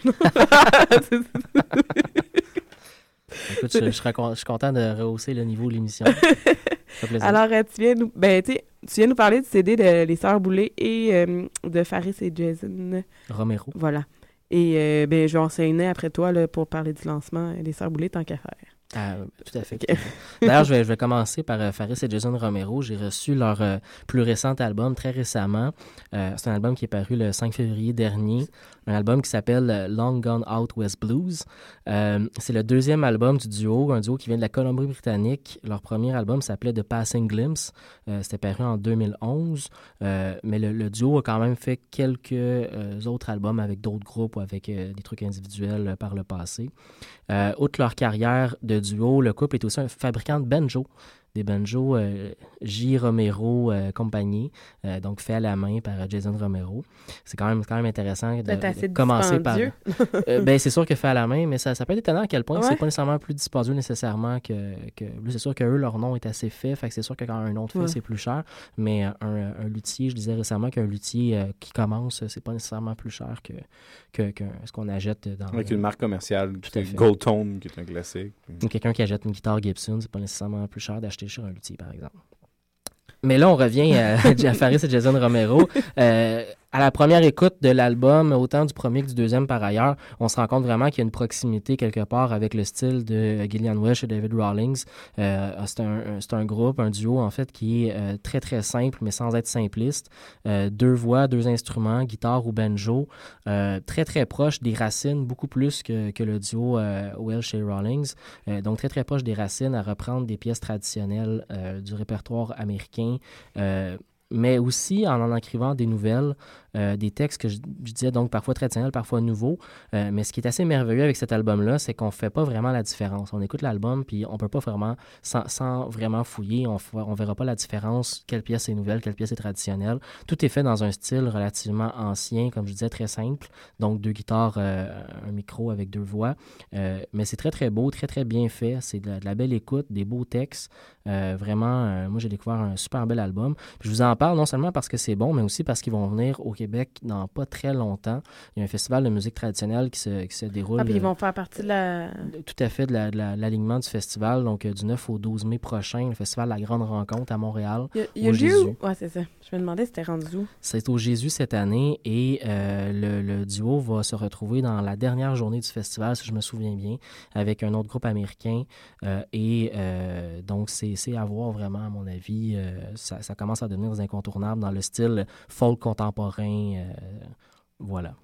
Écoute, je suis content de rehausser le niveau de l'émission. Ça fait plaisir. Alors, tu viens nous parler du CD de Les Sœurs Boulay et de Faris et Jason Romero. Voilà. Et je vais enseigner après toi là, pour parler du lancement des Sœurs Boulay tant qu'à faire. Tout à fait. Okay. D'ailleurs, je vais commencer par Faris et Jason Romero. J'ai reçu leur plus récent album très récemment. C'est un album qui est paru le 5 février dernier. Un album qui s'appelle Long Gone Out West Blues. C'est le deuxième album du duo, un duo qui vient de la Colombie-Britannique. Leur premier album s'appelait The Passing Glimpse. C'était paru en 2011. Mais le duo a quand même fait quelques autres albums avec d'autres groupes ou avec des trucs individuels par le passé. Outre leur carrière de duo, le couple est aussi un fabricant de banjo. Des banjos J. Romero compagnie, donc fait à la main par Jason Romero. C'est quand même intéressant de commencer par... c'est sûr que fait à la main, mais ça peut être étonnant à quel point c'est pas nécessairement plus dispendieux nécessairement que... C'est sûr qu'eux, leur nom est assez fait, fait que c'est sûr que quand un nom de fait, c'est plus cher, mais un luthier, je disais récemment qu'un luthier qui commence, c'est pas nécessairement plus cher que ce qu'on achète dans... Avec une marque commerciale, Gold Tone, qui est un classique. Ou quelqu'un qui achète une guitare Gibson, c'est pas nécessairement plus cher d'acheter sur un luthier, par exemple. Mais là, on revient à Faris et Jason Romero. À la première écoute de l'album, autant du premier que du deuxième par ailleurs, on se rend compte vraiment qu'il y a une proximité quelque part avec le style de Gillian Welch et David Rawlings. C'est un groupe, un duo en fait, qui est très très simple mais sans être simpliste. 2 voix, 2 instruments, guitare ou banjo, très très proche des racines, beaucoup plus que le duo Welch et Rawlings. Donc très très proche des racines, à reprendre des pièces traditionnelles du répertoire américain. Mais aussi en écrivant des nouvelles, des textes que je disais donc parfois traditionnels, parfois nouveaux. Mais ce qui est assez merveilleux avec cet album-là, c'est qu'on ne fait pas vraiment la différence. On écoute l'album, puis on ne peut pas vraiment, sans vraiment fouiller, on ne verra pas la différence, quelle pièce est nouvelle, quelle pièce est traditionnelle. Tout est fait dans un style relativement ancien, comme je disais, très simple. Donc 2 guitares, un micro avec 2 voix. Mais c'est très, très beau, très, très bien fait. C'est de la belle écoute, des beaux textes. Vraiment, moi, j'ai découvert un super bel album. Puis je vous en parle non seulement parce que c'est bon, mais aussi parce qu'ils vont venir au Québec dans pas très longtemps. Il y a un festival de musique traditionnelle qui se déroule. Ah, puis ils vont faire partie de la... Tout à fait, de l'alignement du festival. Donc, du 9 au 12 mai prochain, le festival La Grande Rencontre à Montréal. Il y a Jésus. Ouais, c'est ça. Je me demandais si c'était rendu où. C'est au Jésus cette année et le duo va se retrouver dans la dernière journée du festival, si je me souviens bien, avec un autre groupe américain. Donc, c'est à voir vraiment, à mon avis. Ça commence à devenir des incontournables dans le style folk contemporain. Voilà.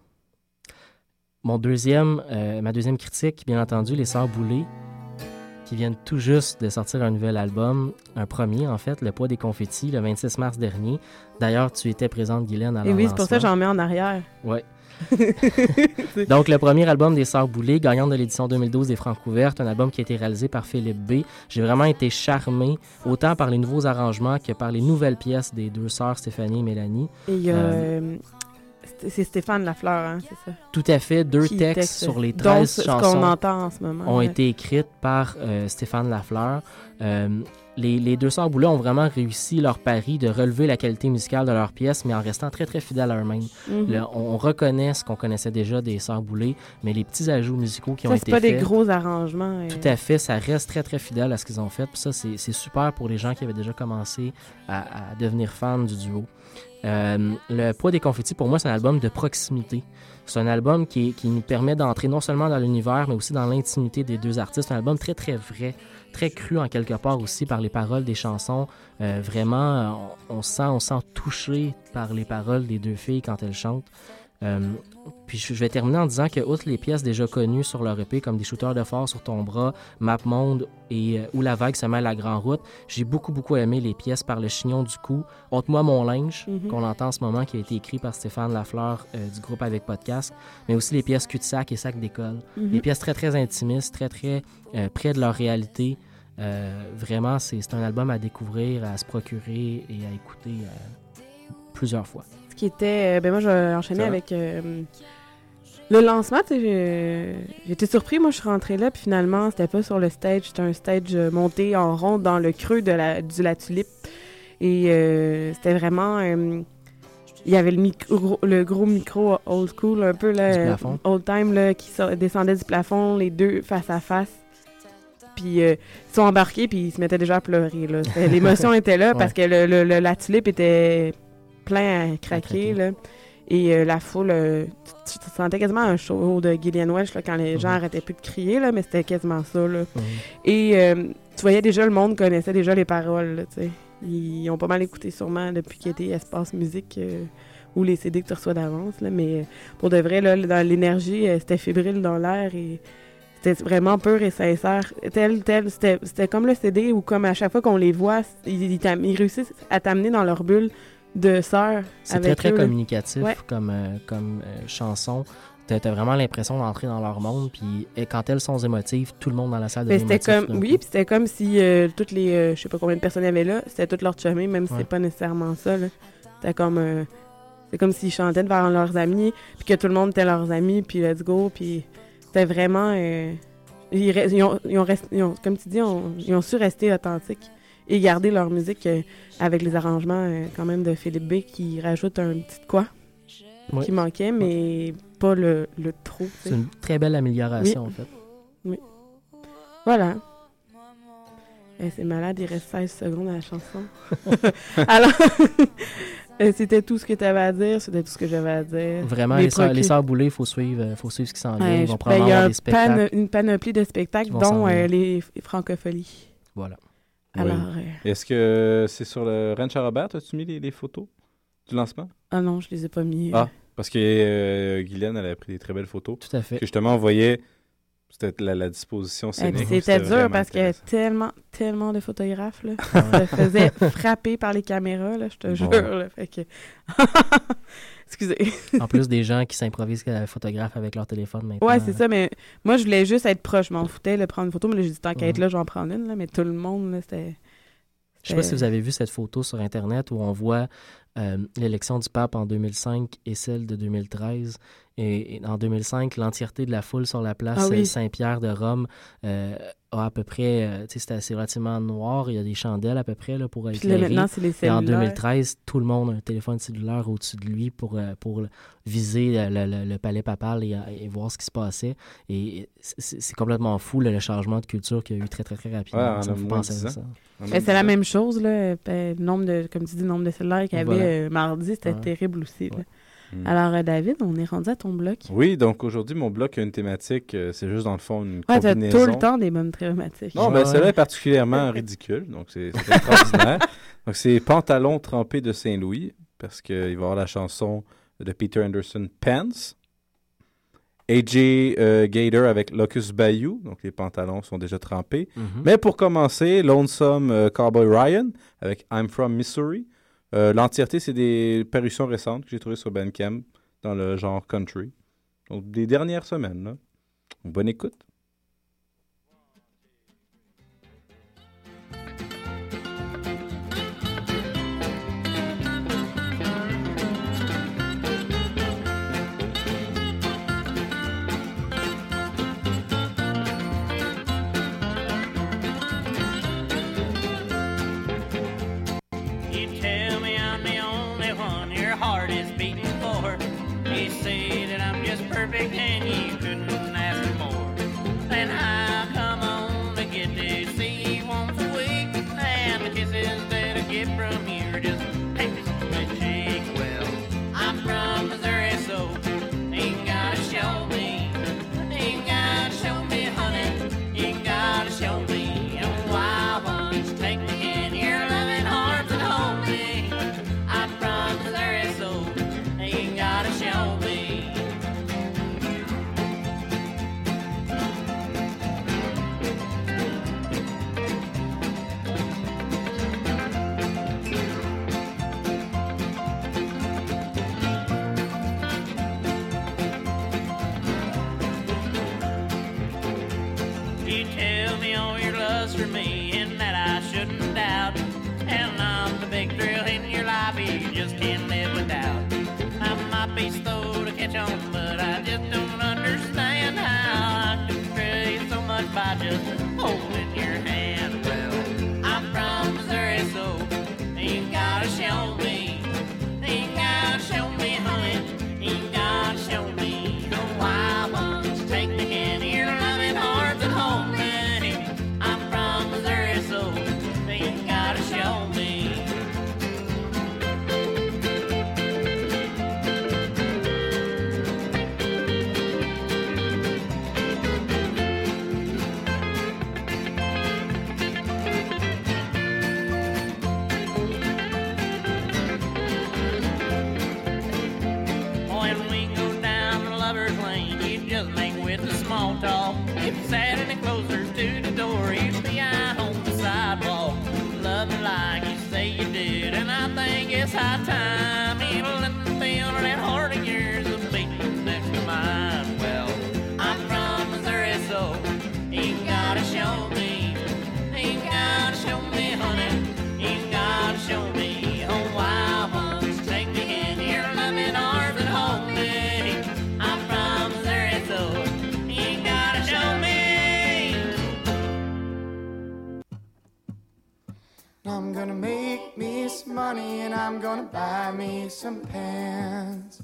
Ma deuxième critique, bien entendu, Les Sœurs Boulay, qui viennent tout juste de sortir un nouvel album, un premier en fait, Le Poids des confettis, le 26 mars dernier. D'ailleurs, tu étais présente, Guylaine, à leur oui, c'est pour ça que j'en mets en arrière. Oui. Donc, le premier album des Sœurs Boulay, gagnante de l'édition 2012 des Francouvertes, un album qui a été réalisé par Philippe B. J'ai vraiment été charmé, autant par les nouveaux arrangements que par les nouvelles pièces des 2 sœurs, Stéphanie et Mélanie. Et c'est Stéphane Lafleur, hein, c'est ça? Tout à fait. 2 textes sur les 13 chansons qu'on entend en ce moment, ont été écrites par Stéphane Lafleur. Les 2 sœurs Boulay ont vraiment réussi leur pari de relever la qualité musicale de leurs pièces, mais en restant très, très fidèles à eux-mêmes. Mm-hmm. On reconnaît ce qu'on connaissait déjà des sœurs Boulay, mais les petits ajouts musicaux qui ont été faits... c'est pas des gros arrangements. Tout à fait. Ça reste très, très fidèle à ce qu'ils ont fait. Puis ça, c'est super pour les gens qui avaient déjà commencé à devenir fans du duo. Le Poids des confettis, pour moi, c'est un album de proximité. C'est un album qui nous permet d'entrer non seulement dans l'univers, mais aussi dans l'intimité des 2 artistes. C'est un album très, très vrai, très cru en quelque part aussi par les paroles des chansons. Vraiment, on se sent touché par les paroles des 2 filles quand elles chantent. Puis je vais terminer en disant que, outre les pièces déjà connues sur leur EP, comme des shooters de phare sur ton bras, Map Monde et Où la vague se mêle à la grande route, j'ai beaucoup aimé les pièces par le chignon du cou, Ôte-moi mon linge, qu'on entend en ce moment, qui a été écrit par Stéphane Lafleur du groupe Avec Podcast, mais aussi les pièces Cul-de-sac et Sac d'école. Des pièces très intimistes, très près de leur réalité. Vraiment, c'est un album à découvrir, à se procurer et à écouter plusieurs fois. Ce qui était... moi, j'ai enchaîné avec... le lancement, j'étais surpris. Moi, je suis rentrée là, puis finalement, c'était pas sur le stage. C'était un stage monté en rond dans le creux de la tulipe. Et c'était vraiment... il y avait le gros micro old school, un peu, là, old time, là, qui descendait du plafond, les deux face à face. Puis ils sont embarqués, puis ils se mettaient déjà à pleurer. Là. L'émotion était là parce que la tulipe était plein à craquer. Là. Et la foule, tu sentais quasiment un show de Gillian Welch là, quand les gens arrêtaient plus de crier, là, mais c'était quasiment ça. Là. Et tu voyais déjà, le monde connaissait déjà les paroles. Là, ils ont pas mal écouté sûrement depuis qu'il y a été Espace Musique ou les CD que tu reçois d'avance. Là, mais pour de vrai, là, dans l'énergie, c'était fébrile dans l'air et c'était vraiment pur et sincère. C'était comme le CD où, comme à chaque fois qu'on les voit, ils réussissent à t'amener dans leur bulle de sœurs. C'est très communicatif comme chanson. T'as vraiment l'impression d'entrer dans leur monde, puis quand elles sont émotives, tout le monde dans la salle devient émotif. Oui, puis c'était comme si toutes les... je sais pas combien de personnes il y avait là, c'était toutes leurs chumées, même si c'est pas nécessairement ça. Là. C'était comme... c'est comme s'ils chantaient devant leurs amis, puis que tout le monde était leurs amis, puis let's go, puis c'était vraiment... ils ont, comme tu dis, ils ont su rester authentiques et garder leur musique avec les arrangements quand même de Philippe B qui rajoute un petit quoi qui manquait, mais pas le trop. C'est une très belle amélioration, en fait. Oui. Voilà. C'est malade, il reste 16 secondes à la chanson. Alors, c'était tout ce que tu avais à dire, c'était tout ce que j'avais à dire. Vraiment, les Sœurs Boulay, il faut suivre ce qui s'en vient. Ils vont probablement avoir des spectacles. Il y a une panoplie de spectacles, dont les Francopholies. Voilà. Alors, est-ce que c'est sur le Ranch à Robert? As-tu mis les photos du lancement? Ah non, je les ai pas mis. Ah, parce que Guylaine, elle a pris des très belles photos. Tout à fait. Que justement, on voyait c'était la disposition scénique. C'était dur parce qu'il y avait tellement de photographes. Là. Ça faisait frapper par les caméras, là, je te jure. Là, fait que... Excusez. En plus des gens qui s'improvisent photographes avec leur téléphone maintenant. Ouais, c'est ça, mais moi, je voulais juste être proche. Je m'en foutais de prendre une photo, mais là, j'ai dit tant qu'à être là, je vais en prendre une. Là, mais tout le monde, là, c'était... Je sais pas si vous avez vu cette photo sur Internet où on voit l'élection du pape en 2005 et celle de 2013. Et en 2005, l'entièreté de la foule sur la place Saint-Pierre de Rome a à peu près... tu sais, c'est assez relativement noir. Il y a des chandelles à peu près là, pour éclairer. Puis là, maintenant, c'est les cellulaires. Et en 2013, tout le monde a un téléphone cellulaire au-dessus de lui pour viser le palais papal et voir ce qui se passait. Et c'est complètement fou, là, le changement de culture qu'il y a eu très rapidement. Ça me fait penser à ça. Mais c'est la même chose, là. Le nombre de, comme tu dis, le nombre de cellulaires qu'il y avait mardi, c'était terrible aussi. Là. Alors, David, on est rendu à ton bloc. Oui, donc aujourd'hui, mon bloc a une thématique, c'est juste dans le fond une combinaison. T'as tout le temps des bonnes thématiques. Non, ben celle-là est particulièrement ridicule, donc c'est extraordinaire. Donc c'est Pantalon trempé de Saint-Louis, parce qu'il va y avoir la chanson de Peter Anderson, Pants. AJ Gator avec Locust Bayou, donc les pantalons sont déjà trempés. Mais pour commencer, Lonesome Cowboy Ryan avec I'm From Missouri. L'entièreté, c'est des parutions récentes que j'ai trouvées sur Bandcamp dans le genre country. Donc, des dernières semaines. Là. Bonne écoute. And you couldn't ask for more. Then how come on to get to see you once a week? And the kisses that I get from you are just papers on my cheek. Well, I'm from Missouri, so ain't gotta show me. Ain't gotta show me, honey. Ain't gotta show me. And why won't you take me in your loving arms and hold me? I'm from Missouri, so ain't gotta show me. for me and that I shouldn't doubt. And I'm the big thrill in your life you just can't live without. I might be slow to catch on, but I just don't understand how I can thrill you so much by just holding your hand. Well, I'm from Missouri, so you gotta show me. You gotta show me, honey. You gotta show me the wild ones. Take me in your loving arms and hold me. I'm from Missouri, so you gotta show me. Small talk. If you sat any closer to the door, you'd be out on the sidewalk. Love me like you say you did, and I think it's high time you let me feel that heart of yours is beating next to mine. Well, I'm from Missouri, so you gotta show me. You gotta show me, honey. You gotta show me. Oh, wild ones, take me in your loving arms and hold me. I'm from Missouri, so I'm gonna make me some money and I'm gonna buy me some pants.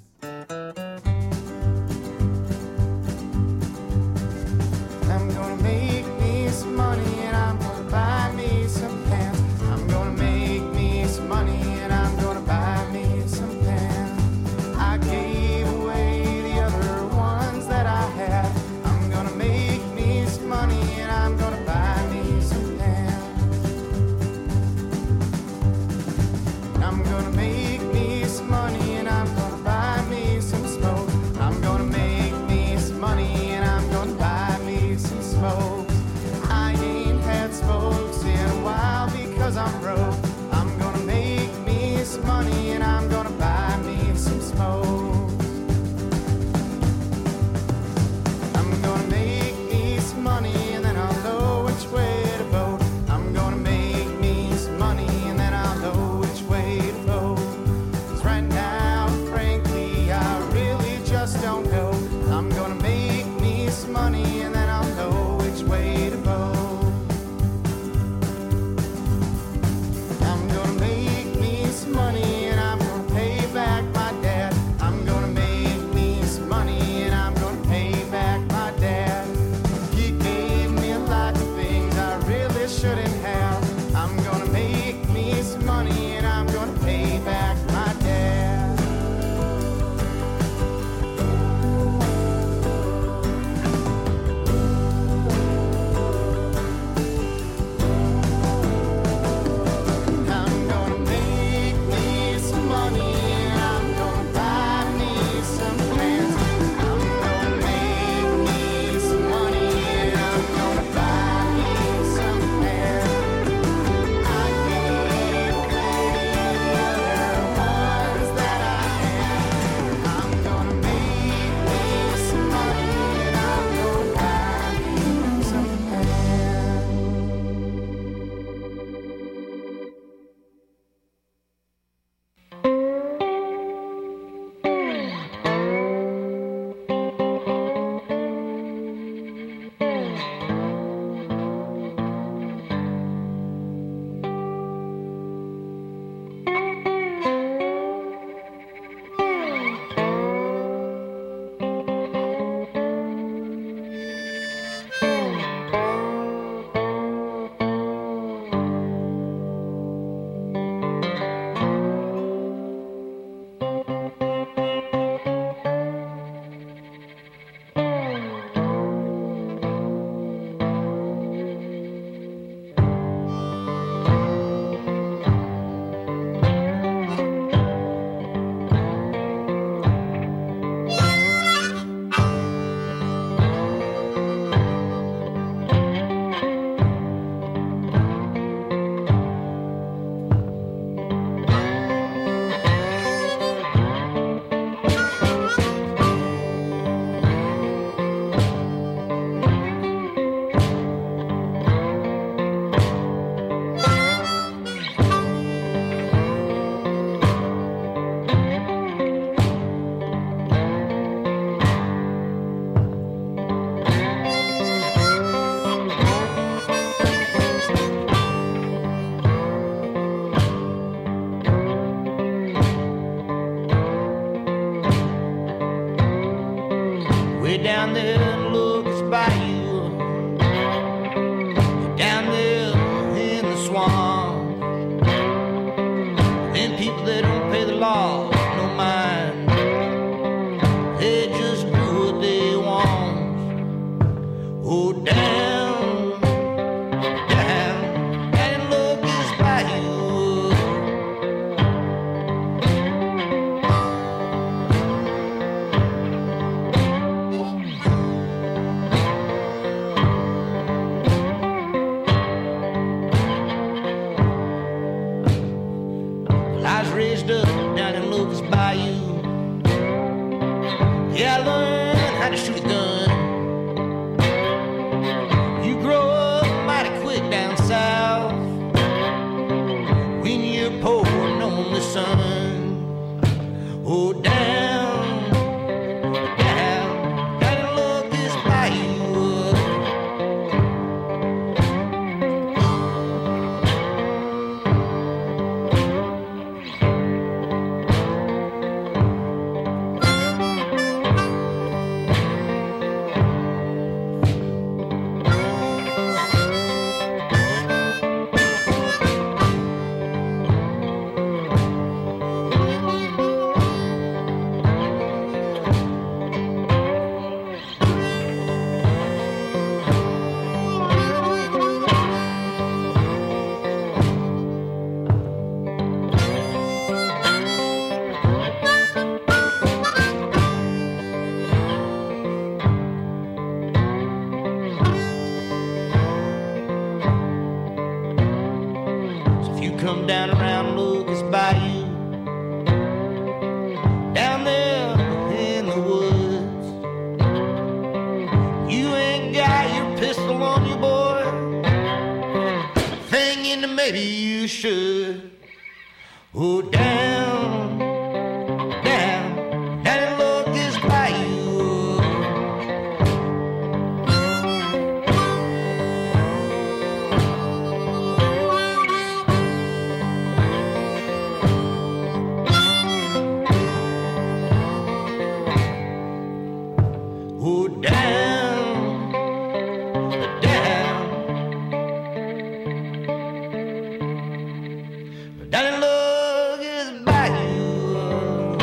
I'm gonna make me some money and I'm gonna buy me some pants. I'm gonna make me some money and I'm gonna buy me some pants. I gave away the other ones that I had. I'm gonna make me some money and I'm gonna buy me some pants. I'm gonna make me some money and I'm gonna buy me some smoke. I'm gonna make me some money and I'm gonna buy me some smoke. I ain't had smokes in a while because I'm broke. I'm gonna make me some money and I'm gonna buy me some smoke. I'm gonna make me some money and then I'll know which way to vote. I'm gonna make me some money and then I'll know which way to vote. Way down there in Lucas Bayou, down there in the swamp. Them people that don't pay the law no mind, they just do what they want. Oh, down, down in Lucas Bayou. I was raised up down in Lucas Bayou. Yeah, I learned how to shoot a gun. You grow up mighty quick down south when you're pouring on the sun. Oh, down, down in Lucas Bayou. So if you come down around Lucas Bayou, down there in the woods, you ain't got your pistol on you, boy, thinking that maybe you should. Oh, down, down, down in Lucas Bayou. Oh, down, down, down in Lucas Bayou.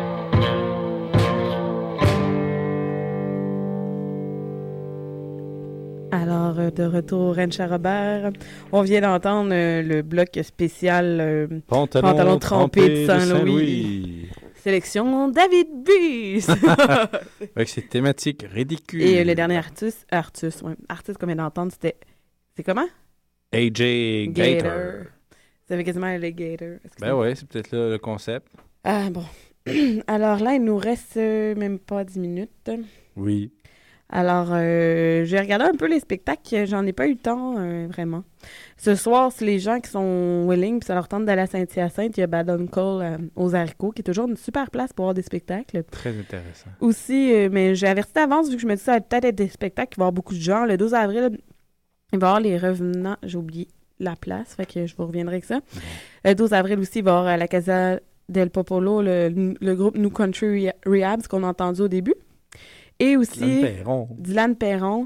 Alors, de retour au Ranch à Robert, on vient d'entendre le bloc spécial Pantalon trempé de Saint-Louis. Sélection David Busse. Avec ses thématiques ridicules. Et le dernier artiste qu'on vient d'entendre, c'était... C'est comment? AJ Gator. Ça fait quasiment Alligator. Ben ouais, c'est peut-être là le concept. Ah, bon. Alors là, il nous reste même pas 10 minutes. Oui. Alors, j'ai regardé un peu les spectacles. J'en ai pas eu le temps, vraiment. Ce soir, c'est les gens qui sont willing, puis ça leur tente d'aller à Saint-Hyacinthe. Il y a Bad Uncle aux haricots, qui est toujours une super place pour voir des spectacles. Très intéressant. Aussi, mais j'ai averti d'avance, vu que je me dis que ça va peut-être être des spectacles qui vont avoir beaucoup de gens. Le 12 avril, il va y avoir les Revenants. J'ai oublié la place, fait que je vous reviendrai avec ça. Le 12 avril aussi, il va y avoir à la Casa del Popolo le groupe New Country Rehab, ce qu'on a entendu au début. Et aussi Dylan Perron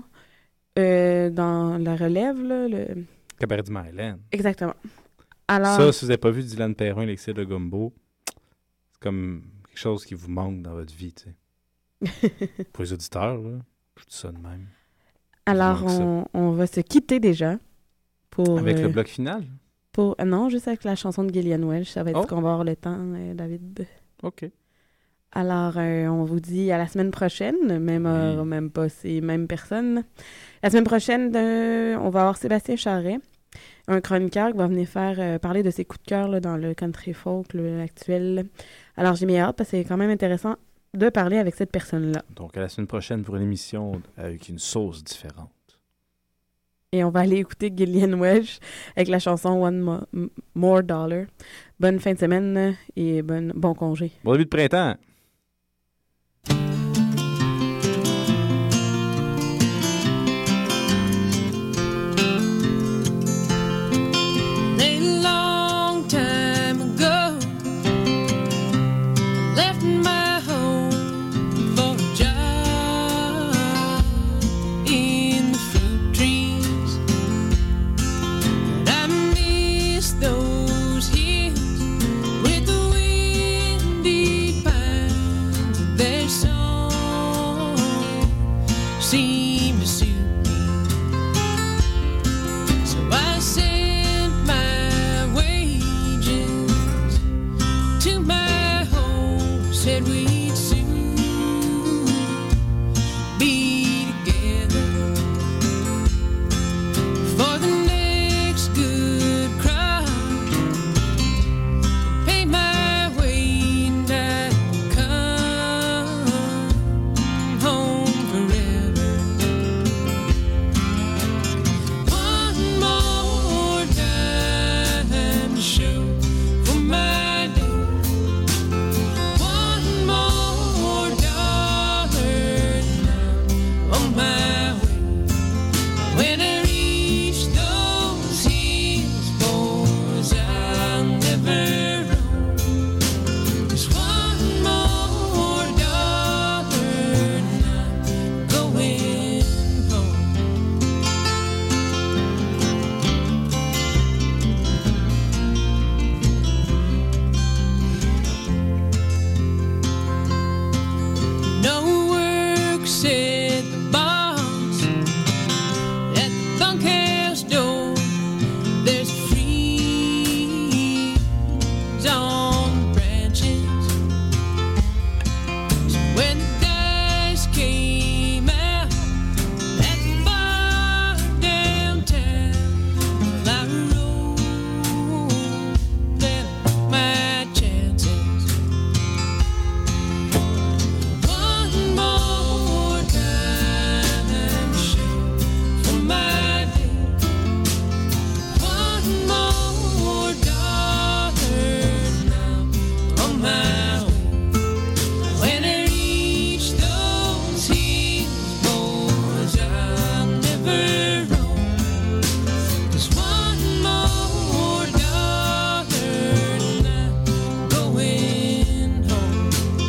dans la relève, là, le Cabaret du Myland. Exactement. Alors, ça, si vous n'avez pas vu Dylan Perron et l'excès de gumbo, c'est comme quelque chose qui vous manque dans votre vie, tu sais. Pour les auditeurs, là, je dis ça de même. Alors, on va se quitter déjà. Avec le bloc final? Non, juste avec la chanson de Gillian Welch. Ça va être ce qu'on va avoir le temps, David. OK. Alors, on vous dit à la semaine prochaine, même heure, même poste, même personne. La semaine prochaine, on va avoir Sébastien Charret, un chroniqueur qui va venir faire parler de ses coups de cœur là, dans le country folk actuel. Alors, j'ai mis hâte parce que c'est quand même intéressant de parler avec cette personne-là. Donc, à la semaine prochaine pour une émission avec une sauce différente. Et on va aller écouter Gillian Welch avec la chanson One More Dollar. Bonne fin de semaine et bon congé. Bon début de printemps! to my home, said we'd soon be together for the next good crowd. Pay my way and I'd come home forever. One more time to show for my day. One more dollar now on my way. When I reach those hills, boys, I'll never roam. Just one more dollar now going home. No work, said the boss at the bunkhouse door. There's a freeze on the branches. So when the dice came out at the bar downtown, I rolled and my chances. One more time, shoot for my day. One more dollar now on my way. When I reach those hills, boys, I'll never roam. Just one more dollar now going home.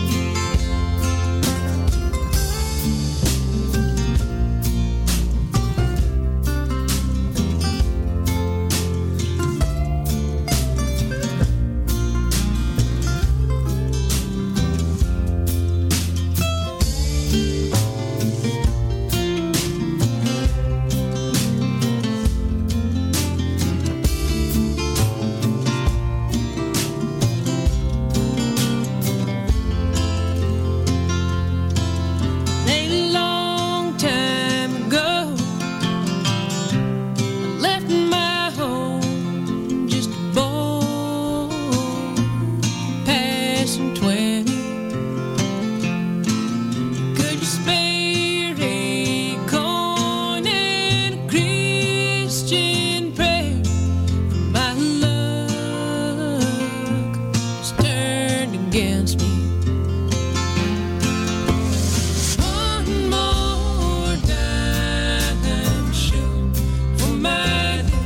A long time ago, I left my home, just a boy, passing 20. Could you spare a coin and a Christian prayer? My luck has turned against me. One more time, shoot for my day.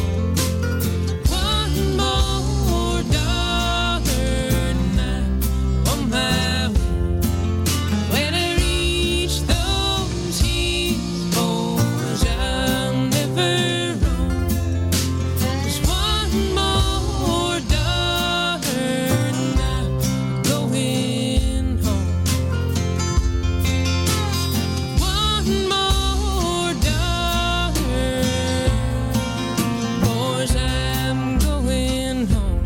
One more dollar now on my way. When I reach those hills, boys, I'll never roam. Just one more dollar now going home. One more dollar, boys, I'm going home.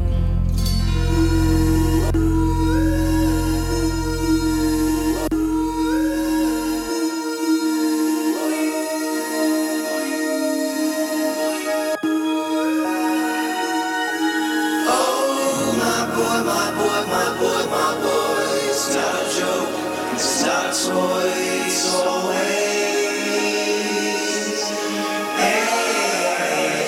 Oh, my boy, my boy, my boy, my boy. It's not a joke, it's not a toy, it's always. Hey.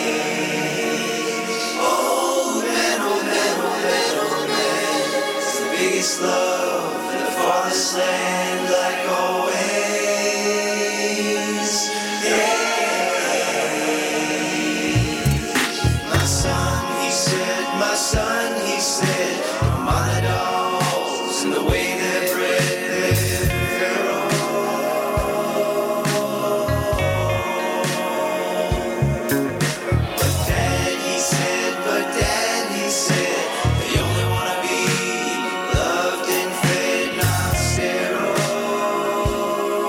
Oh man, oh man, oh man, oh man. It's the biggest love in the farthest land, like always. Yeah. My son, he said, my dolls and the way they're bred, they're feral. But Dad, he said, they only wanna be loved and fed, not sterile.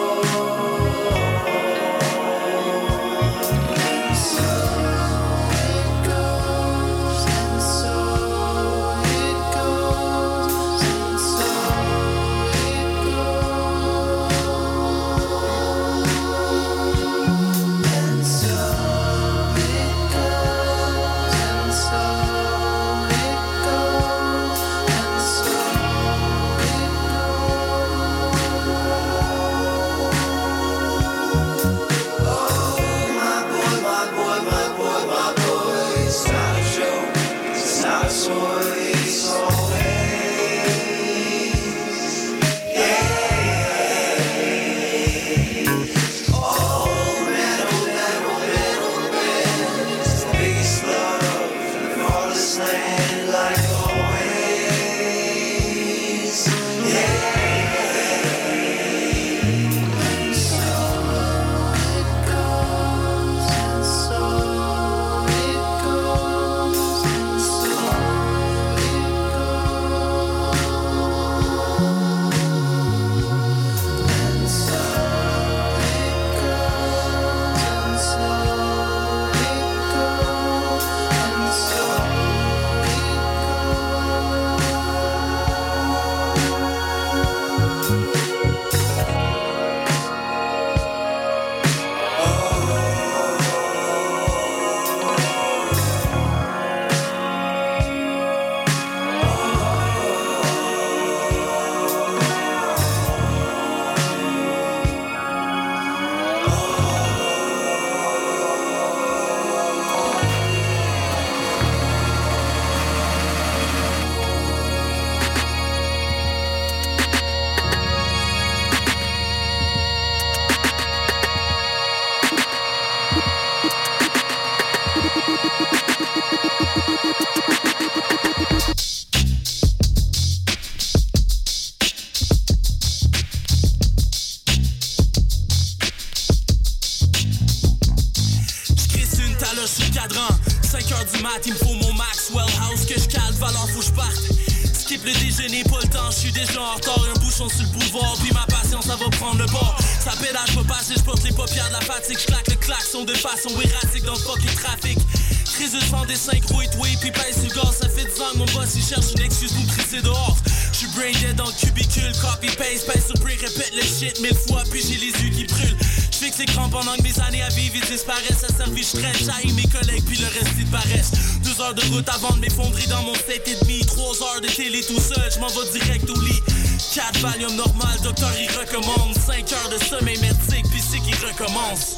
5h du mat, il me faut mon Maxwell House que je cale, valeur faut que je parte. Skip le déjeuner, pas le temps, je suis déjà en retard. Un bouchon sur le boulevard, puis ma patience, ça va prendre le bord. Ça pédale, je peux passer, je porte les paupières de la fatigue. Je claque le klaxon de façon erratique dans le fucking trafic. Crise de sang des 5 roues et tweet, puis pèse sur le gaz, ça fait 10 ans que mon boss il cherche une excuse pour me crisser dehors. J'suis brain dead dans le cubicule, copy paste, pèse sur break, répète le shit 1000 fois, puis j'ai les yeux qui brûlent. J'fixe l'écran pendant que mes années à vivre ils disparaissent. Ça servit, j'traîne, j'haïs mes collègues, puis le reste ils paraissent. 2 heures de route avant de m'effondrer dans mon 7,5. 3 heures de télé tout seul, j'm'en vais direct au lit. 4 Valium normal, docteur il recommande. 5 heures de sommeil merdique, puis c'est qu'il recommence.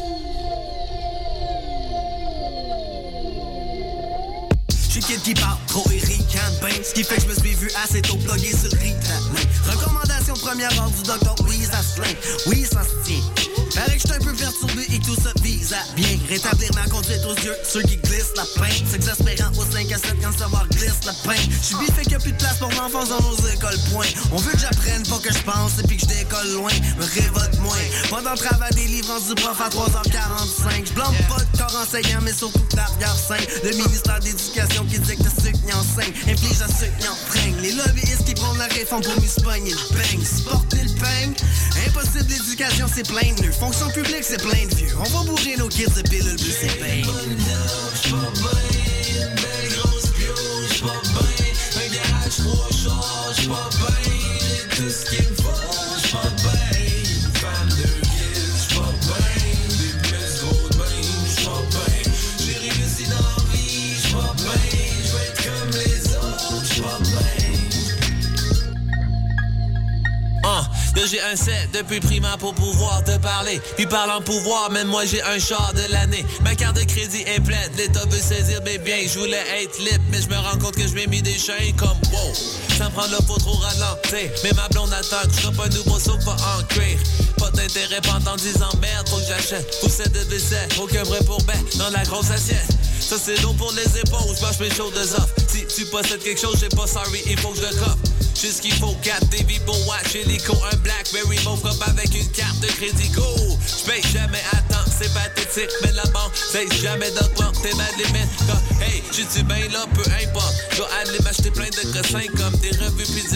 J'suis kid qui parle trop et ricane ben, ce qui fait que je me suis vu assez tôt plugué sur le ritalin. Recommandation première heure du docteur, oui ça se plaint, oui ça se tient. Paraît que j'suis un peu perturbé et que tout ça vise à bien rétablir ma conduite aux yeux, ceux qui glissent la peine. S'exaspérant au 5 à 7 quand le savoir glisse la peine. J'suis biffé qu'il y a plus de place pour l'enfance dans nos écoles, point. On veut que j'apprenne, pas que je pense, et puis que je décolle loin, me révolte moins. Pendant le travail des livres du prof à 3h45. J'blâme pas de corps enseignant, mais surtout l'arrière sain. Le ministère d'éducation qui dit que ceux qui enseignent inflige à ceux qui enfreignent. Les lobbyistes qui prennent la réforme pour mieux se pogner le peigne. Supporter le peigne, impossible l'éducation c'est plein de nœuds. Fonction publique c'est plein de vieux. On va bourrer nos kids de pilules bleues c'est paye. J'suis pas bien, une belle grosse bio, j'suis pas bien. Un garage 3 chars, j'suis pas bien. Tout ce qu'il me faut, j'suis pas bien. Une femme de guide, j'suis pas bien. Des messes gros de bain, j'suis pas bien. J'ai réussi dans la vie, j'suis pas bien. J'veux être comme les autres, j'suis pas bien. Là j'ai un set depuis primaire pour pouvoir te parler. Puis parlant pouvoir, même moi j'ai un char de l'année. Ma carte de crédit est pleine, l'État veut saisir mes biens. Je voulais être libre, mais je me rends compte que je m'ai mis des chaînes comme wow. Ça me prend là faut trop ralentir. Mais ma blonde attend que je sois pas un nouveau sofa en cuir. Pas d'intérêt pendant 10 ans, merde, faut que j'achète. Poussette de vaisselle, aucun vrai pour ben dans la grosse assiette. Ça c'est l'eau pour les épaules, j'bâche mes shoulders off. Si tu possèdes quelque chose, j'ai pas sorry, il faut que je le cope. Juste qu'il faut 4 TV pour watch hélico, un Blackberry Mauve Cup avec une carte de crédit go. J'paye jamais à temps, c'est pathétique, mais la banque c'est jamais d'augmenter ma limite. Hey, j'suis-tu ben là, peu importe. J'dois aller m'acheter plein de cressins comme des revues pis